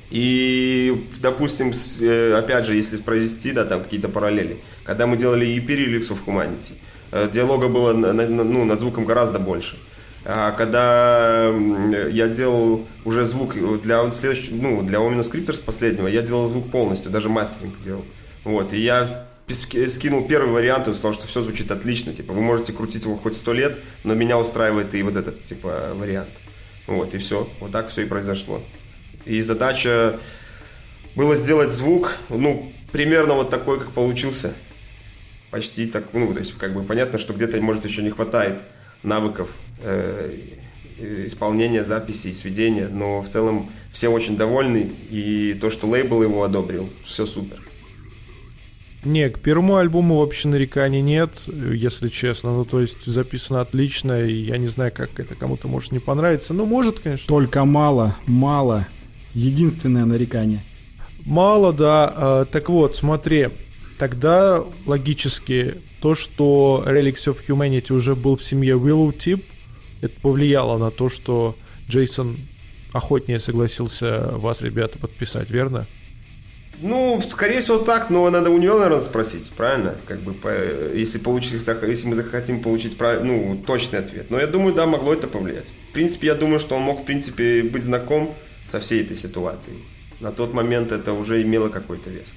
И, допустим, с, э, опять же, если провести, да, там какие-то параллели. Когда мы делали и пи Relics of Humanity, э, диалога было на, на, ну, над звуком гораздо больше. А когда я делал уже звук для следующего, ну, для Ominous Scriptures последнего, я делал звук полностью, даже мастеринг делал. Вот, и я скинул первый вариант и сказал, что все звучит отлично, типа, вы можете крутить его хоть сто лет, но меня устраивает и вот этот, типа, вариант. Вот, и все, вот так все и произошло. И задача была сделать звук, ну, примерно вот такой, как получился. Почти так, ну, то есть, как бы, понятно, что где-то, может, еще не хватает навыков э, исполнения, записи и сведения, но в целом все очень довольны, и то, что лейбл его одобрил, все супер. Не, к первому альбому вообще нареканий нет, если честно, ну то есть записано отлично, и я не знаю, как это кому-то может не понравиться, ну может, конечно. Только мало, мало, единственное нарекание. Мало, да, а, так вот, смотри, тогда логически то, что Relics of Humanity уже был в семье Velotip, это повлияло на то, что Джейсон охотнее согласился вас, ребята, подписать, верно? Ну, скорее всего так, но надо у него, наверное, спросить, правильно? Как бы, по, если, получить, если мы захотим получить прав, ну, точный ответ. Но я думаю, да, могло это повлиять. В принципе, я думаю, что он мог, в принципе, быть знаком со всей этой ситуацией. На тот момент это уже имело какой-то вес.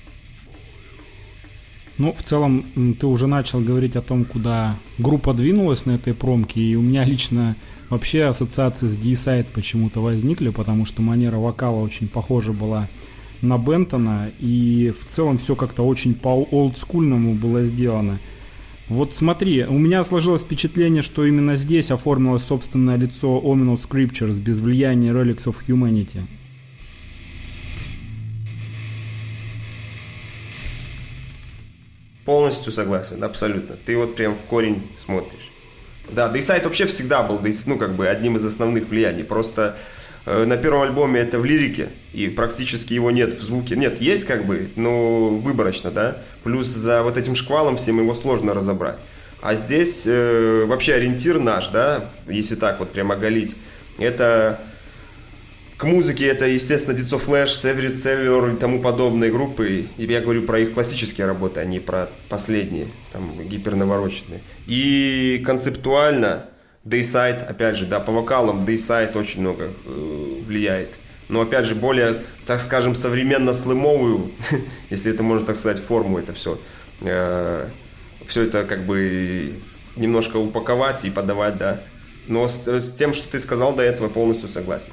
Ну, в целом, ты уже начал говорить о том, куда группа двинулась на этой промке, и у меня лично вообще ассоциации с Deicide почему-то возникли, потому что манера вокала очень похожа была на Бентона, и в целом все как-то очень по-олдскульному было сделано. Вот смотри, у меня сложилось впечатление, что именно здесь оформилось собственное лицо Ominous Scriptures без влияния Relics of Humanity. Полностью согласен, абсолютно. Ты вот прям в корень смотришь. Да, Deicide вообще всегда был, ну, как бы, одним из основных влияний. Просто на первом альбоме это в лирике, и практически его нет в звуке. Нет, есть как бы, но выборочно, да. Плюс за вот этим шквалом всем его сложно разобрать. А здесь э, вообще ориентир наш, да, если так вот прямо оголить, это к музыке, это, естественно, Deads of Flesh, Severed Savior и тому подобные группы. И я говорю про их классические работы, а не про последние, там, гипернавороченные. И концептуально Dayside, опять же, да, по вокалам Dayside очень много э, влияет. Но, опять же, более, так скажем, современно-слымовую, если это можно так сказать, форму это все. Э, все это как бы немножко упаковать и подавать, да. Но с, с тем, что ты сказал до этого, полностью согласен.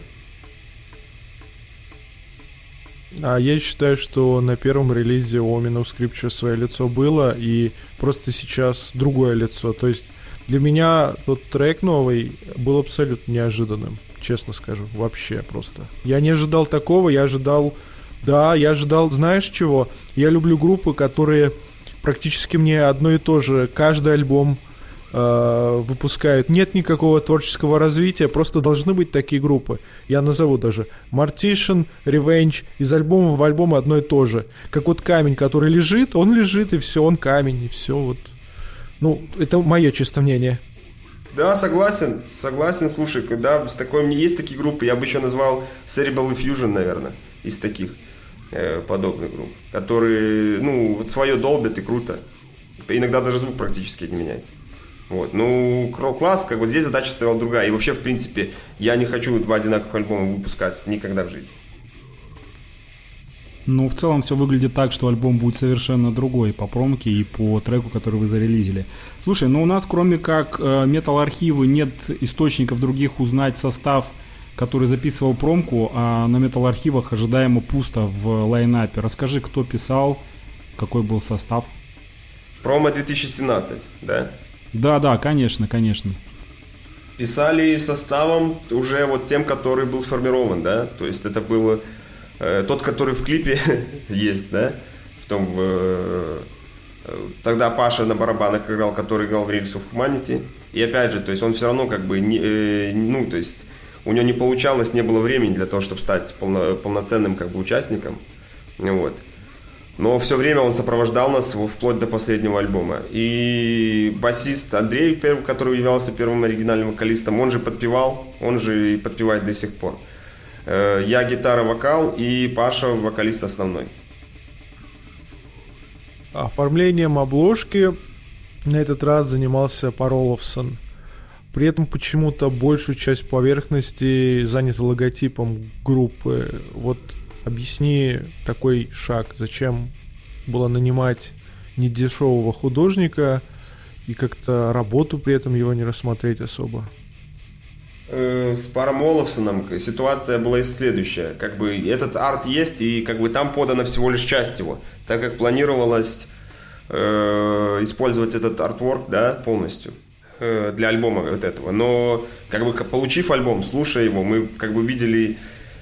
А я считаю, что на первом релизе у Omen of Scripture свое лицо было, и просто сейчас другое лицо. То есть для меня тот трек новый был абсолютно неожиданным, честно скажу, вообще просто. Я не ожидал такого, я ожидал... Да, я ожидал, знаешь чего? Я люблю группы, которые практически мне одно и то же, каждый альбом э, выпускают. Нет никакого творческого развития, просто должны быть такие группы. Я назову даже Mortician, Revenge, из альбома в альбом одно и то же. Как вот камень, который лежит, он лежит, и все, он камень, и все вот. Ну, это мое чисто мнение. Да, согласен, согласен, слушай, когда с такой, у меня есть такие группы, я бы еще назвал Cerebral Fusion, наверное, из таких э, подобных групп, которые, ну, вот свое долбят и круто. Иногда даже звук практически не меняется. Вот, ну, класс, как бы здесь задача стояла другая. И вообще, в принципе, я не хочу два одинаковых альбома выпускать никогда в жизни. Ну, в целом все выглядит так, что альбом будет совершенно другой по промке и по треку, который вы зарелизили. Слушай, ну у нас кроме как э, метал-архивы нет источников других узнать состав, который записывал промку, а на метал-архивах ожидаемо пусто в лайнапе. Расскажи, кто писал, какой был состав? Промо две тысячи семнадцать, да? Да-да, конечно, конечно. Писали составом уже вот тем, который был сформирован, да? То есть это было... Тот, который в клипе есть, да, в том, э, тогда Паша на барабанах играл, который играл в Reels of Humanity, и опять же, то есть он все равно как бы, не, э, ну, то есть у него не получалось, не было времени для того, чтобы стать полно, полноценным как бы участником, вот. Но все время он сопровождал нас вплоть до последнего альбома. И басист Андрей, который являлся первым оригинальным вокалистом, он же подпевал, он же и подпевает до сих пор. Я гитара, вокал, и Паша вокалист основной. Оформлением обложки на этот раз занимался Пароловсон. При этом почему-то большую часть поверхности занята логотипом группы. Вот объясни такой шаг. Зачем было нанимать недешевого художника и как-то работу при этом его не рассмотреть особо? С Паром Олафсоном ситуация была следующая. Как бы этот арт есть, и как бы там подана всего лишь часть его, так как планировалось э, использовать этот артворк, да, полностью э, для альбома вот этого. Но как бы получив альбом, слушая его, мы как бы видели,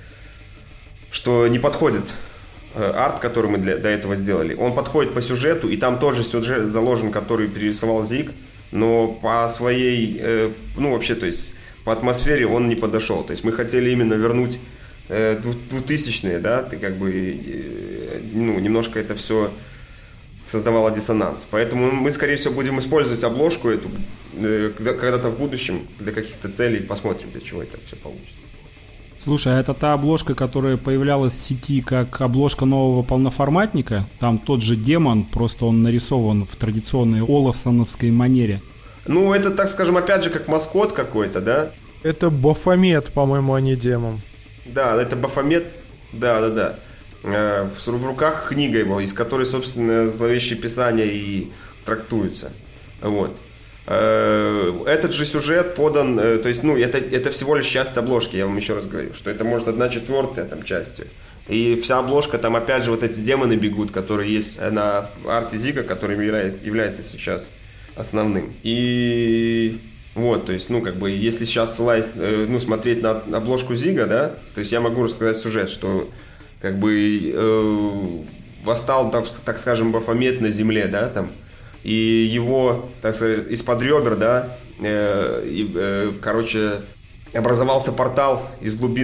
что не подходит э, арт, который мы для, до этого сделали. Он подходит по сюжету, и там тоже сюжет заложен, который перерисовал Зиг, но по своей, э, ну вообще, то есть по атмосфере он не подошел. То есть мы хотели именно вернуть э, двухтысячные, да, ты как бы, э, ну, немножко это все создавало диссонанс. Поэтому мы, скорее всего, будем использовать обложку эту э, когда-то в будущем для каких-то целей. Посмотрим, для чего это все получится. Слушай, а это та обложка, которая появлялась в сети как обложка нового полноформатника? Там тот же демон, просто он нарисован в традиционной олафсоновской манере. Ну, это, так скажем, опять же, как маскот какой-то, да? Это Бафомет, по-моему, а не демон. Да, это Бафомет, да-да-да. Э, в, в руках книга его, из которой, собственно, зловещие писания и трактуются. Вот. Э, этот же сюжет подан, э, то есть, ну, это, это всего лишь часть обложки, я вам еще раз говорю, что это может одна четвертая там частью. И вся обложка, там опять же вот эти демоны бегут, которые есть на арте Зига, который является, является сейчас основным. И вот, то есть, ну, как бы, если сейчас ссылаясь, ну, смотреть на обложку Зига, да, то есть я могу рассказать сюжет, что, как бы, э, восстал, так, так скажем, Бафомет на земле, да, там, и его, так сказать, из-под ребер, да, э, и, э, короче, образовался портал из глубин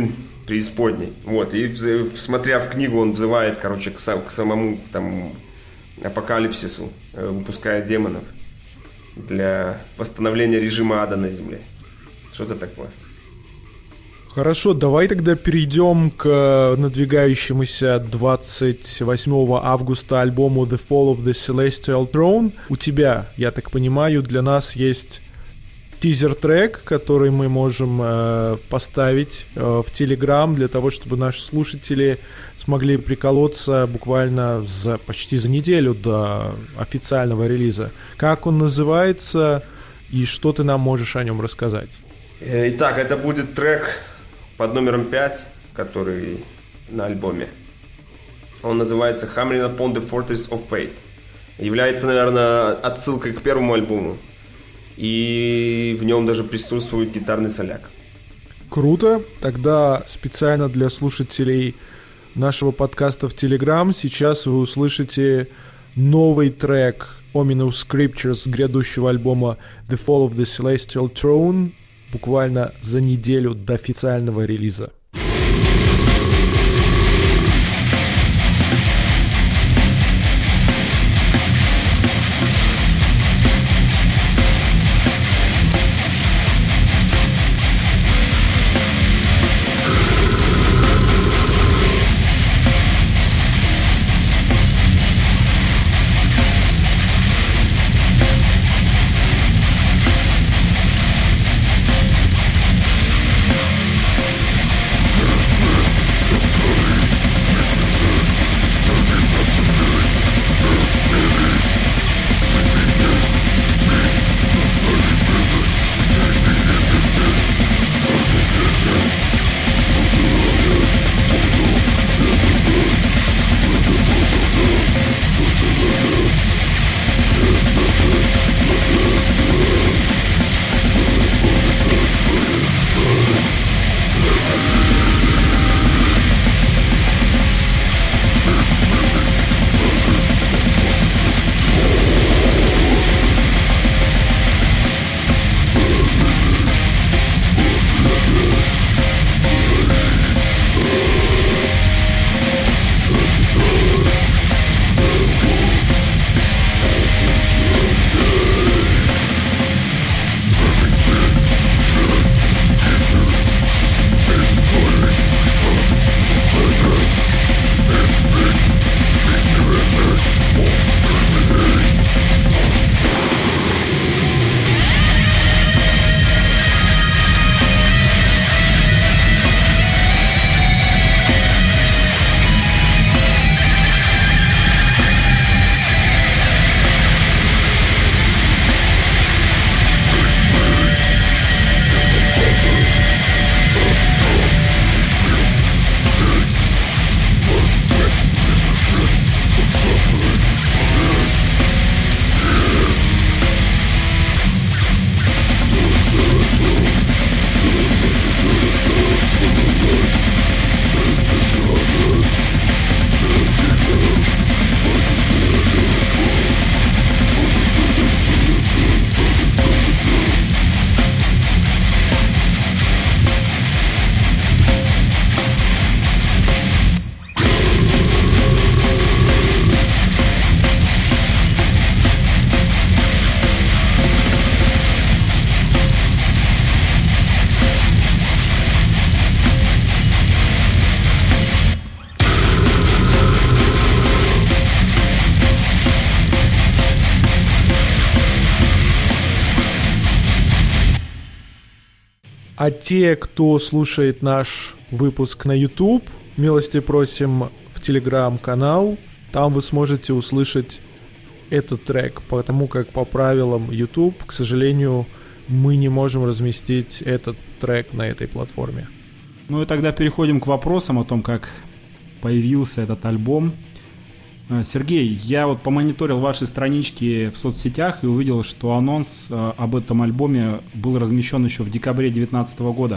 преисподней. Вот, и смотря в книгу, он взывает, короче, к, сам, к самому там апокалипсису, выпуская демонов для восстановления режима ада на земле. Что-то такое. Хорошо, давай тогда перейдем к надвигающемуся двадцать восьмого августа альбому The Fall of the Celestial Throne. У тебя, я так понимаю, для нас есть тизер-трек, который мы можем э, поставить э, в Telegram для того, чтобы наши слушатели смогли приколоться буквально за, почти за неделю до официального релиза. Как он называется и что ты нам можешь о нем рассказать? Итак, это будет трек под номером пять, который на альбоме. Он называется Hammering Upon the Fortress of Fate. Является, наверное, отсылкой к первому альбому. И в нем даже присутствует гитарный соляк. Круто. Тогда специально для слушателей нашего подкаста в Telegram сейчас вы услышите новый трек Ominous Scriptures с грядущего альбома The Fall of the Celestial Throne буквально за неделю до официального релиза. А те, кто слушает наш выпуск на YouTube, милости просим в Telegram-канал. Там вы сможете услышать этот трек, потому как по правилам YouTube, к сожалению, мы не можем разместить этот трек на этой платформе. Ну и тогда переходим к вопросам о том, как появился этот альбом. Сергей, я вот помониторил ваши странички в соцсетях и увидел, что анонс об этом альбоме был размещен еще в декабре две тысячи девятнадцатого года.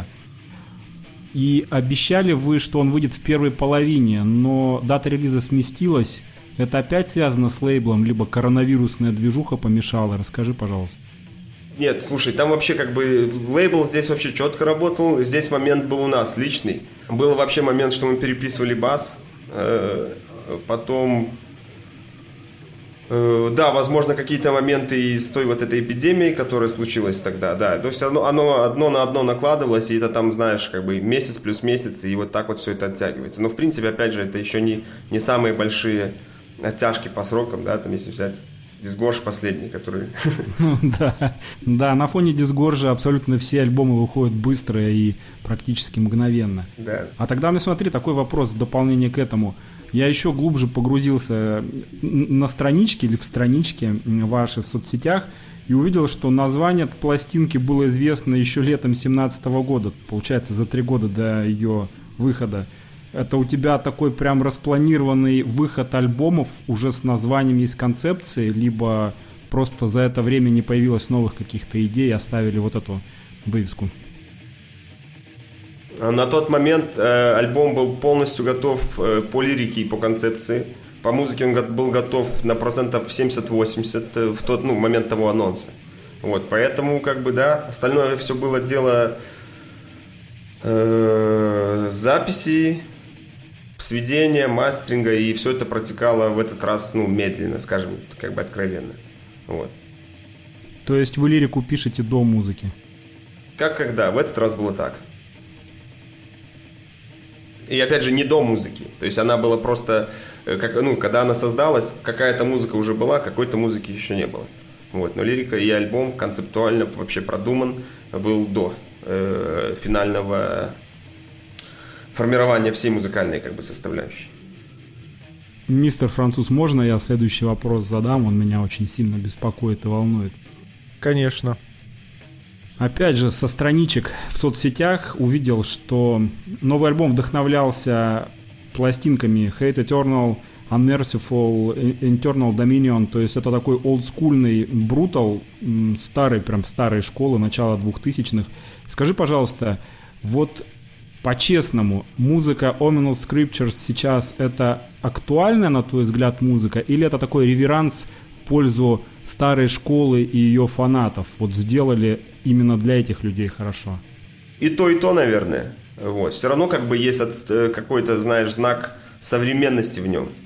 И обещали вы, что он выйдет в первой половине, но дата релиза сместилась. Это опять связано с лейблом, либо коронавирусная движуха помешала? Расскажи, пожалуйста. Нет, слушай, там вообще как бы лейбл здесь вообще четко работал. Здесь момент был у нас личный. Был вообще момент, что мы переписывали бас. Потом... Да, возможно, какие-то моменты из той вот этой эпидемии, которая случилась тогда, да. То есть оно, оно одно на одно накладывалось, и это там, знаешь, как бы месяц плюс месяц, и вот так вот все это оттягивается. Но, в принципе, опять же, это еще не, не самые большие оттяжки по срокам, да, там, если взять Disgorge последний, который... Да, да, на фоне Disgorge абсолютно все альбомы выходят быстро и практически мгновенно. Да. А тогда, мне смотри, такой вопрос в дополнение к этому. Я еще глубже погрузился на странички или в странички ваши в соцсетях и увидел, что название пластинки было известно еще летом две тысячи семнадцатого года, получается, за три года до ее выхода. Это у тебя такой прям распланированный выход альбомов уже с названием и с концепцией, либо просто за это время не появилось новых каких-то идей и оставили вот эту вывеску? На тот момент э, альбом был полностью готов э, по лирике и по концепции. По музыке он был готов на процентов семьдесят-восемьдесят в тот ну, момент того анонса. Вот, поэтому, как бы, да, остальное все было дело э, записи, сведения, мастеринга, и все это протекало в этот раз, ну, медленно, скажем, как бы откровенно. Вот. То есть вы лирику пишете до музыки? Как когда? В этот раз было так. И опять же, не до музыки. То есть она была просто, как, ну, когда она создалась, какая-то музыка уже была, какой-то музыки еще не было. Вот. Но лирика и альбом концептуально вообще продуман был до э, финального формирования всей музыкальной как бы составляющей. Мистер Француз, можно я следующий вопрос задам? Он меня очень сильно беспокоит и волнует. Конечно. Опять же, со страничек в соцсетях увидел, что новый альбом вдохновлялся пластинками Hate Eternal, Unmerciful, Internal Dominion. То есть это такой олдскульный брутал, старый, прям старой школы, начала двухтысячных. Скажи, пожалуйста, вот по-честному, музыка Ominous Scriptures сейчас это актуальная, на твой взгляд, музыка? Или это такой реверанс в пользу старой школы и ее фанатов? Вот сделали именно для этих людей хорошо. И то, и то, наверное. Вот. Все равно как бы есть от, какой-то, знаешь, знак современности в нем.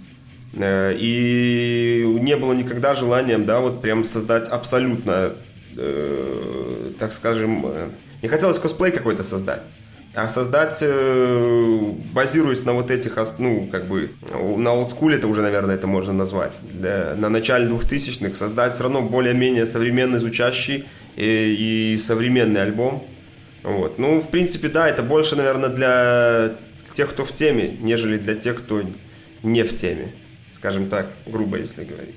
И не было никогда желанием, да, вот прям создать абсолютно, э, так скажем, не хотелось косплей какой-то создать. А создать, э, базируясь на вот этих, ну, как бы, на олдскуле это уже, наверное, это можно назвать, да, на начале двухтысячных, создать все равно более-менее современно звучащий и, и современный альбом. Вот. Ну, в принципе, да, это больше, наверное, для тех, кто в теме, нежели для тех, кто не в теме, скажем так, грубо если говорить.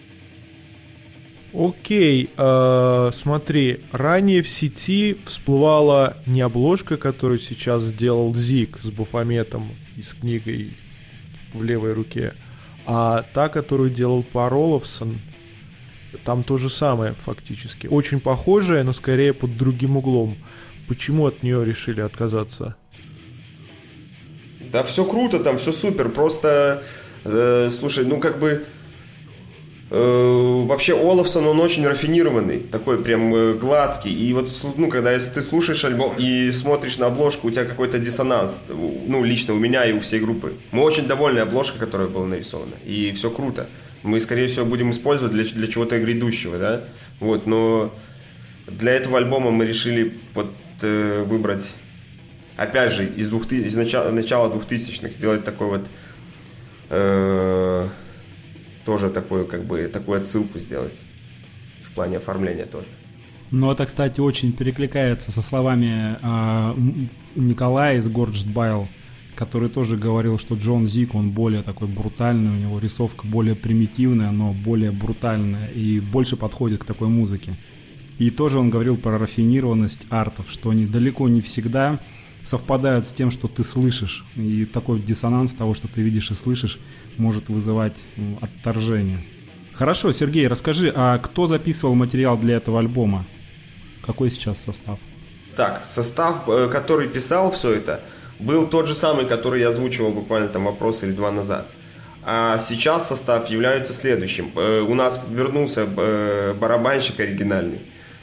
Окей, э, смотри, ранее в сети всплывала не обложка, которую сейчас сделал Зик с Бафометом и с книгой в левой руке, а та, которую делал Пар Олафсон. Там то же самое фактически. Очень похожая, но скорее под другим углом. Почему от нее решили отказаться? Да все круто, там все супер, просто, э, слушай, ну как бы... Вообще Олафсон, он очень рафинированный, такой прям гладкий. И вот, ну, когда если ты слушаешь альбом и смотришь на обложку, у тебя какой-то диссонанс. Ну, лично у меня и у всей группы. Мы очень довольны обложкой, которая была нарисована. И все круто. Мы, скорее всего, будем использовать для, для чего-то грядущего, да. Вот, но для этого альбома мы решили вот э, выбрать, опять же, из, двух, из начала, начала двухтысячных сделать такой вот... Э, тоже такую, как бы, такую отсылку сделать в плане оформления тоже. Ну, это, кстати, очень перекликается со словами э, Николая из Gorged Bile, который тоже говорил, что Джон Зик, он более такой брутальный, у него рисовка более примитивная, но более брутальная и больше подходит к такой музыке. И тоже он говорил про рафинированность артов, что они далеко не всегда совпадают с тем, что ты слышишь. И такой диссонанс того, что ты видишь и слышишь, может вызывать ну, отторжение. Хорошо, Сергей, расскажи, а кто записывал материал для этого альбома? Какой сейчас состав? Так, состав, который писал все это, был тот же самый, который я озвучивал буквально там вопрос или два назад. А сейчас состав является следующим. У нас вернулся барабанщик оригинальный.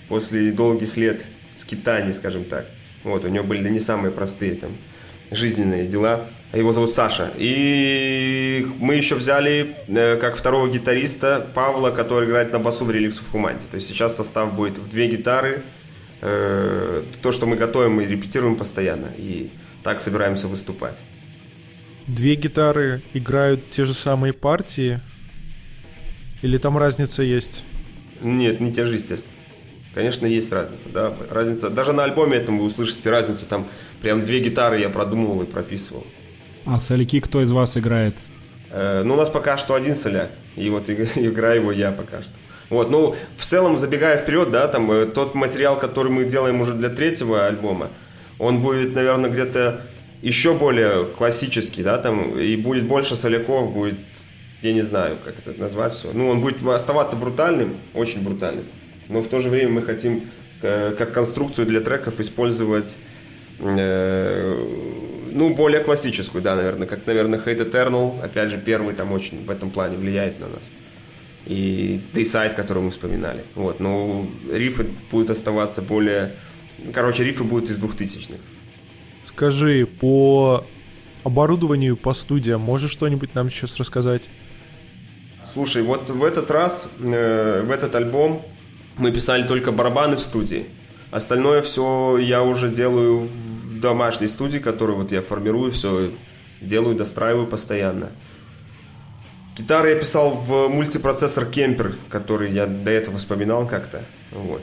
после долгих лет скитаний, скажем так. Вот, у него были не самые простые там жизненные дела. Его зовут Саша. И мы еще взяли э, как второго гитариста Павла, который играет на басу в Relics of Humanity. То есть сейчас состав будет в две гитары. Э, то, что мы готовим, мы репетируем постоянно. И так собираемся выступать. Две гитары играют те же самые партии? Или там разница есть? Нет, не те же, естественно. Конечно, есть разница, да. Разница. Даже на альбоме этом вы услышите разницу. Там прям две гитары я продумывал и прописывал. А соляки кто из вас играет? Э, ну, у нас пока что один соляк. И вот играю его я пока что. Вот, ну, в целом, забегая вперед, да, там э, тот материал, который мы делаем уже для третьего альбома, он будет, наверное, где-то еще более классический, да, там, и будет больше соляков, будет, я не знаю, как это назвать все. Ну, он будет оставаться брутальным, очень брутальным. Но в то же время мы хотим э, как конструкцию для треков использовать э, ну, более классическую, да, наверное, как, наверное, Hate Eternal, опять же, первый там очень в этом плане влияет на нас. И Dayside, который мы вспоминали. Вот, но рифы будут оставаться более... Короче, рифы будут из двухтысячных. Скажи, по оборудованию, по студиям, можешь что-нибудь нам сейчас рассказать? Слушай, вот в этот раз, э, в этот альбом мы писали только барабаны в студии. Остальное все я уже делаю в домашней студии, которую вот я формирую, все делаю, достраиваю постоянно. Гитары я писал в мультипроцессор Kemper, который я до этого вспоминал как-то. Вот.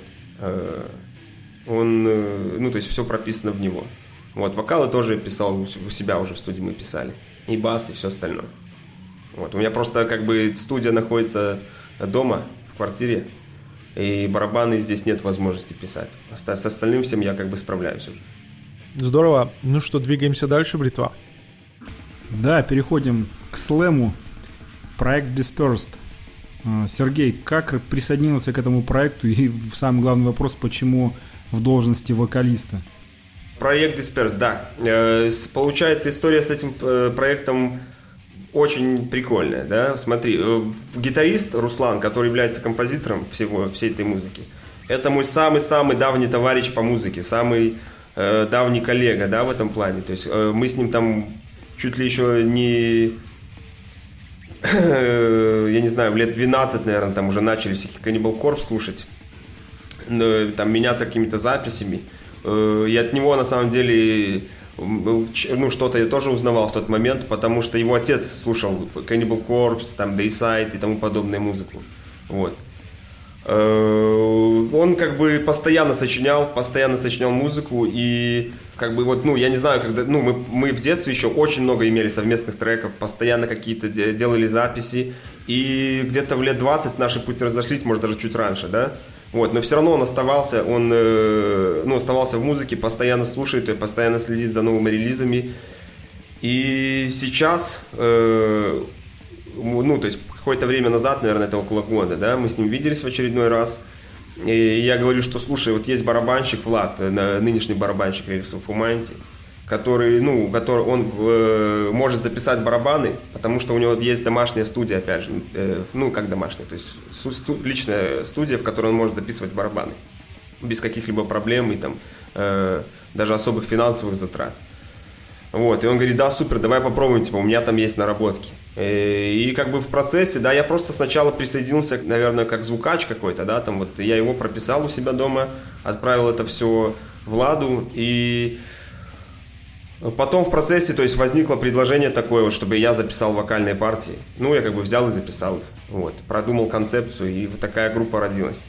Он, ну, то есть все прописано в него. Вот, вокалы тоже я писал у себя уже в студии, мы писали. И бас, и все остальное. Вот. У меня просто как бы студия находится дома, в квартире. И барабаны здесь нет возможности писать. С остальным всем я как бы справляюсь уже. Здорово. Ну что, двигаемся дальше, Бритва? Да, переходим к слэму. Проект Dispersed. Сергей, как присоединился к этому проекту? И самый главный вопрос, почему в должности вокалиста? Проект Dispersed, да. Получается, история с этим проектом очень прикольная, да. Смотри, гитарист Руслан, который является композитором всего, всей этой музыки, это мой самый-самый давний товарищ по музыке, самый э, давний коллега, да, в этом плане. То есть э, мы с ним там чуть ли еще не... я не знаю, в лет двенадцать, наверное, там уже начали всякий Cannibal Corpse слушать, там меняться какими-то записями. И от него, на самом деле, ну, что-то я тоже узнавал в тот момент, потому что его отец слушал Cannibal Corpse, там, Dayside и тому подобную музыку. Вот. Он как бы постоянно сочинял, постоянно сочинял музыку, и как бы вот, ну, я не знаю, когда, ну, мы, мы в детстве еще очень много имели совместных треков, постоянно какие-то делали записи, и где-то в лет двадцать наши пути разошлись, может, даже чуть раньше, да, вот, но все равно он оставался, он, э, ну, оставался в музыке, постоянно слушает и постоянно следит за новыми релизами, и сейчас, э, ну, то есть какое-то время назад, наверное, это около года, да, мы с ним виделись в очередной раз, и я говорю, что, слушай, вот есть барабанщик Влад, нынешний барабанщик Relics of Humanity, который, ну, который, он э, может записать барабаны, потому что у него есть домашняя студия, опять же, э, ну, как домашняя, то есть сту- личная студия, в которой он может записывать барабаны без каких-либо проблем и там э, даже особых финансовых затрат. Вот, и он говорит, да, супер, давай попробуем, типа, у меня там есть наработки. И, и как бы в процессе, да, я просто сначала присоединился, наверное, как звукач какой-то, да, там вот я его прописал у себя дома, отправил это все Владу, и потом в процессе, то есть, возникло предложение такое, вот, чтобы я записал вокальные партии. Ну, я как бы взял и записал их, вот, продумал концепцию, и вот такая группа родилась.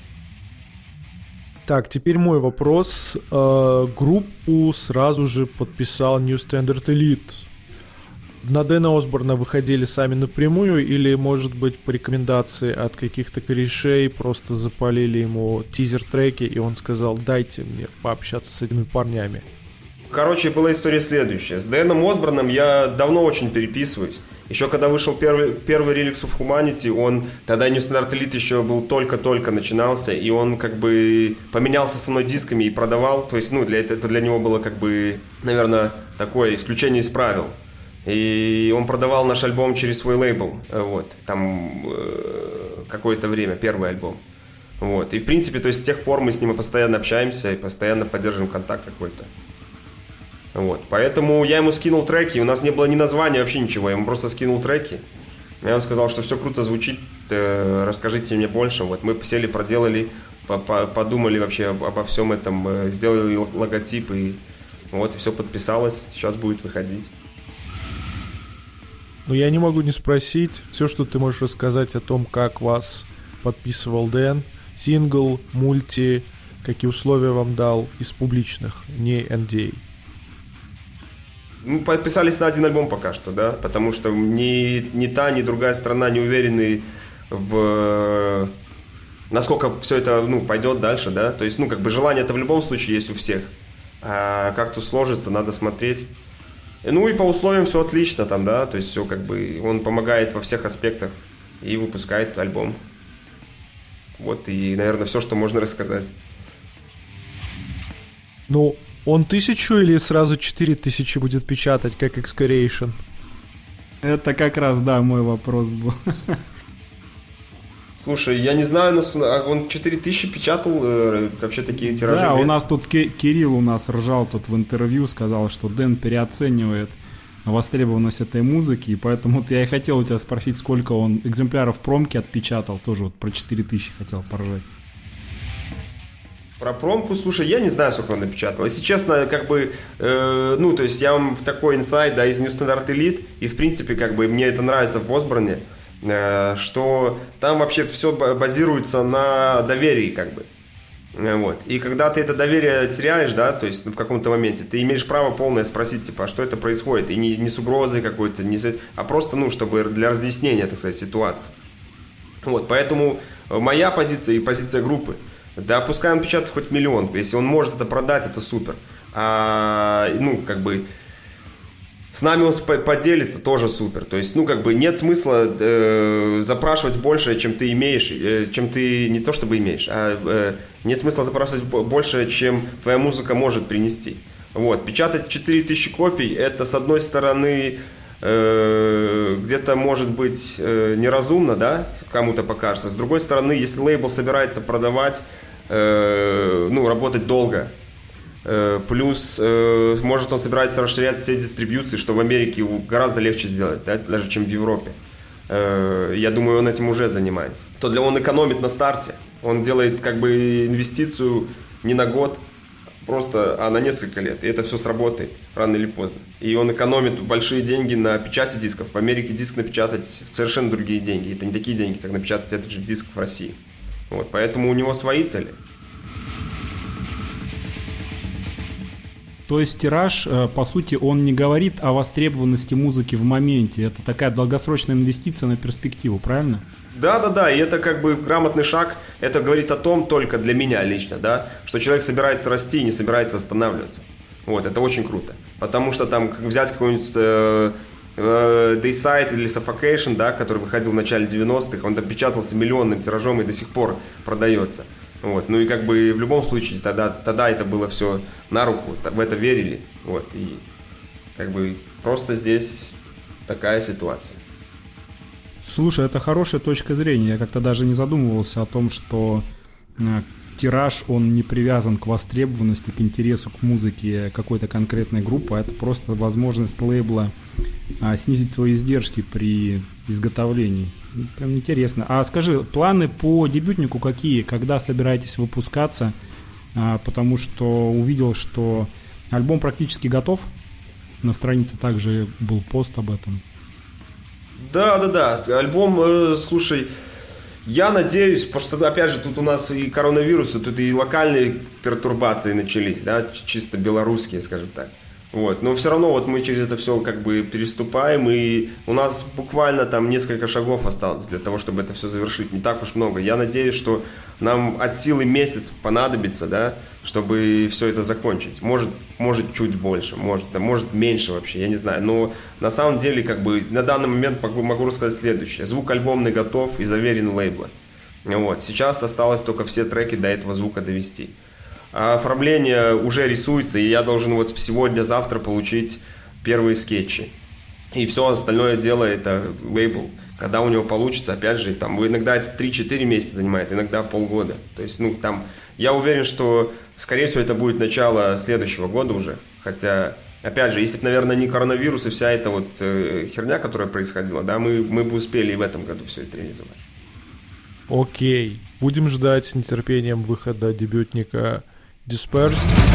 Так, теперь мой вопрос. Э, группу сразу же подписал New Standard Elite. На Дэна Осборна выходили сами напрямую или, может быть, по рекомендации от каких-то корешей просто запалили ему тизер-треки, и он сказал, дайте мне пообщаться с этими парнями? Короче, была история следующая. С Дэном Осборном я давно очень переписываюсь. Еще когда вышел первый, первый Relics of Humanity, он, тогда New Standard Elite еще был только-только начинался, и он как бы поменялся со мной дисками и продавал, то есть, ну, для, это для него было как бы, наверное, такое исключение из правил. И он продавал наш альбом через свой лейбл, вот, там э, какое-то время, первый альбом. Вот. И, в принципе, то есть с тех пор мы с ним постоянно общаемся и постоянно поддерживаем контакт какой-то. Вот. Поэтому я ему скинул треки, у нас не было ни названия, вообще ничего, я ему просто скинул треки. Я ему сказал, что все круто звучит, э, расскажите мне больше. Вот. Мы сели, проделали, подумали вообще обо всем этом, сделали логотип, и вот, и все подписалось, сейчас будет выходить. Ну, я не могу не спросить, все, что ты можешь рассказать о том, как вас подписывал Дэн, сингл, мульти, какие условия вам дал из публичных, не эн ди эй. Мы подписались на один альбом пока что, да, потому что ни, ни та, ни другая страна не уверены в... насколько все это, ну, пойдет дальше, да, то есть, ну, как бы желание это в любом случае есть у всех, а как тут сложится, надо смотреть. Ну и по условиям все отлично там, да, то есть все как бы, он помогает во всех аспектах и выпускает альбом. Вот и, наверное, все, что можно рассказать. Ну, он тысячу или сразу четыре тысячи будет печатать, как Excoriation? Это как раз, да, мой вопрос был. Слушай, я не знаю, он четыре тысячи печатал, э, вообще такие тиражи. Да, у нас тут Кирилл у нас ржал тут в интервью, сказал, что Дэн переоценивает востребованность этой музыки, и поэтому вот я и хотел у тебя спросить, сколько он экземпляров промки отпечатал, тоже вот про четыре тысячи хотел поржать. Про промку, слушай, я не знаю, сколько он напечатал. Если честно, как бы, э, ну, то есть я вам такой инсайд, да, из New Standard Elite, и, в принципе, как бы, мне это нравится в Осборне, э, что там вообще все базируется на доверии, как бы. Вот. И когда ты это доверие теряешь, да, то есть в каком-то моменте, ты имеешь право полное спросить, типа, а что это происходит? И не, не с угрозой какой-то, не с... а просто, ну, чтобы для разъяснения, так сказать, ситуации. Вот, поэтому моя позиция и позиция группы: да, пускай он печатает хоть миллион, если он может это продать, это супер. А, ну, как бы, с нами он поделится, тоже супер. То есть, ну, как бы, нет смысла э, запрашивать больше, чем ты имеешь, э, чем ты не то чтобы имеешь, а э, нет смысла запрашивать больше, чем твоя музыка может принести. Вот, печатать четыре тысячи копий, это, с одной стороны, э, где-то может быть э, неразумно, да, кому-то покажется. С другой стороны, если лейбл собирается продавать, э, ну, работать долго, э, плюс, э, может, он собирается расширять все дистрибьюции, что в Америке гораздо легче сделать, да, даже чем в Европе. Э, я думаю, он этим уже занимается. То для он экономит на старте, он делает как бы инвестицию не на год, просто, а на несколько лет. И это все сработает рано или поздно. И он экономит большие деньги на печати дисков. В Америке диск напечатать совершенно другие деньги. Это не такие деньги, как напечатать этот же диск в России. Вот, поэтому у него свои цели. То есть тираж, по сути, он не говорит о востребованности музыки в моменте. Это такая долгосрочная инвестиция на перспективу, правильно? Да-да-да, и это как бы грамотный шаг. Это говорит о том, только для меня лично, да, что человек собирается расти и не собирается останавливаться. Вот, это очень круто. Потому что там взять какой-нибудь э, э, Dayside или Suffocation, да, который выходил в начале девяностых, он допечатался миллионным тиражом и до сих пор продается. Вот, ну и как бы в любом случае тогда, тогда это было все на руку, в это верили. Вот, и как бы просто здесь такая ситуация. Слушай, это хорошая точка зрения. Я как-то даже не задумывался о том, что э, тираж, он не привязан к востребованности, к интересу к музыке какой-то конкретной группы, а это просто возможность лейбла э, снизить свои издержки при изготовлении. Прям интересно. А скажи, планы по дебютнику какие? Когда собираетесь выпускаться? Э, потому что увидел, что альбом практически готов. На странице также был пост об этом. Да-да-да, альбом, э, слушай, я надеюсь, потому что, опять же, тут у нас и коронавирус, и тут и локальные пертурбации начались, да, чисто белорусские, скажем так. Вот, но все равно вот мы через это все как бы переступаем, и у нас буквально там несколько шагов осталось для того, чтобы это все завершить, не так уж много. Я надеюсь, что нам от силы месяц понадобится, да, чтобы все это закончить. Может, может чуть больше, может, да, может меньше вообще, я не знаю. Но на самом деле, как бы, на данный момент могу, могу рассказать следующее. Звук альбомный готов и заверен лейблом. Вот, сейчас осталось только все треки до этого звука довести. А оформление уже рисуется, и я должен вот сегодня-завтра получить первые скетчи. И все остальное дело это лейбл, Когда у него получится, опять же, там иногда это три-четыре месяца занимает, иногда полгода. То есть, ну, там, я уверен, что, скорее всего, это будет начало следующего года уже. Хотя, опять же, если бы, наверное, не коронавирус и вся эта вот э, херня, которая происходила, да, мы, мы бы успели и в этом году все это реализовать. Окей. Будем ждать с нетерпением выхода дебютника Dispersed.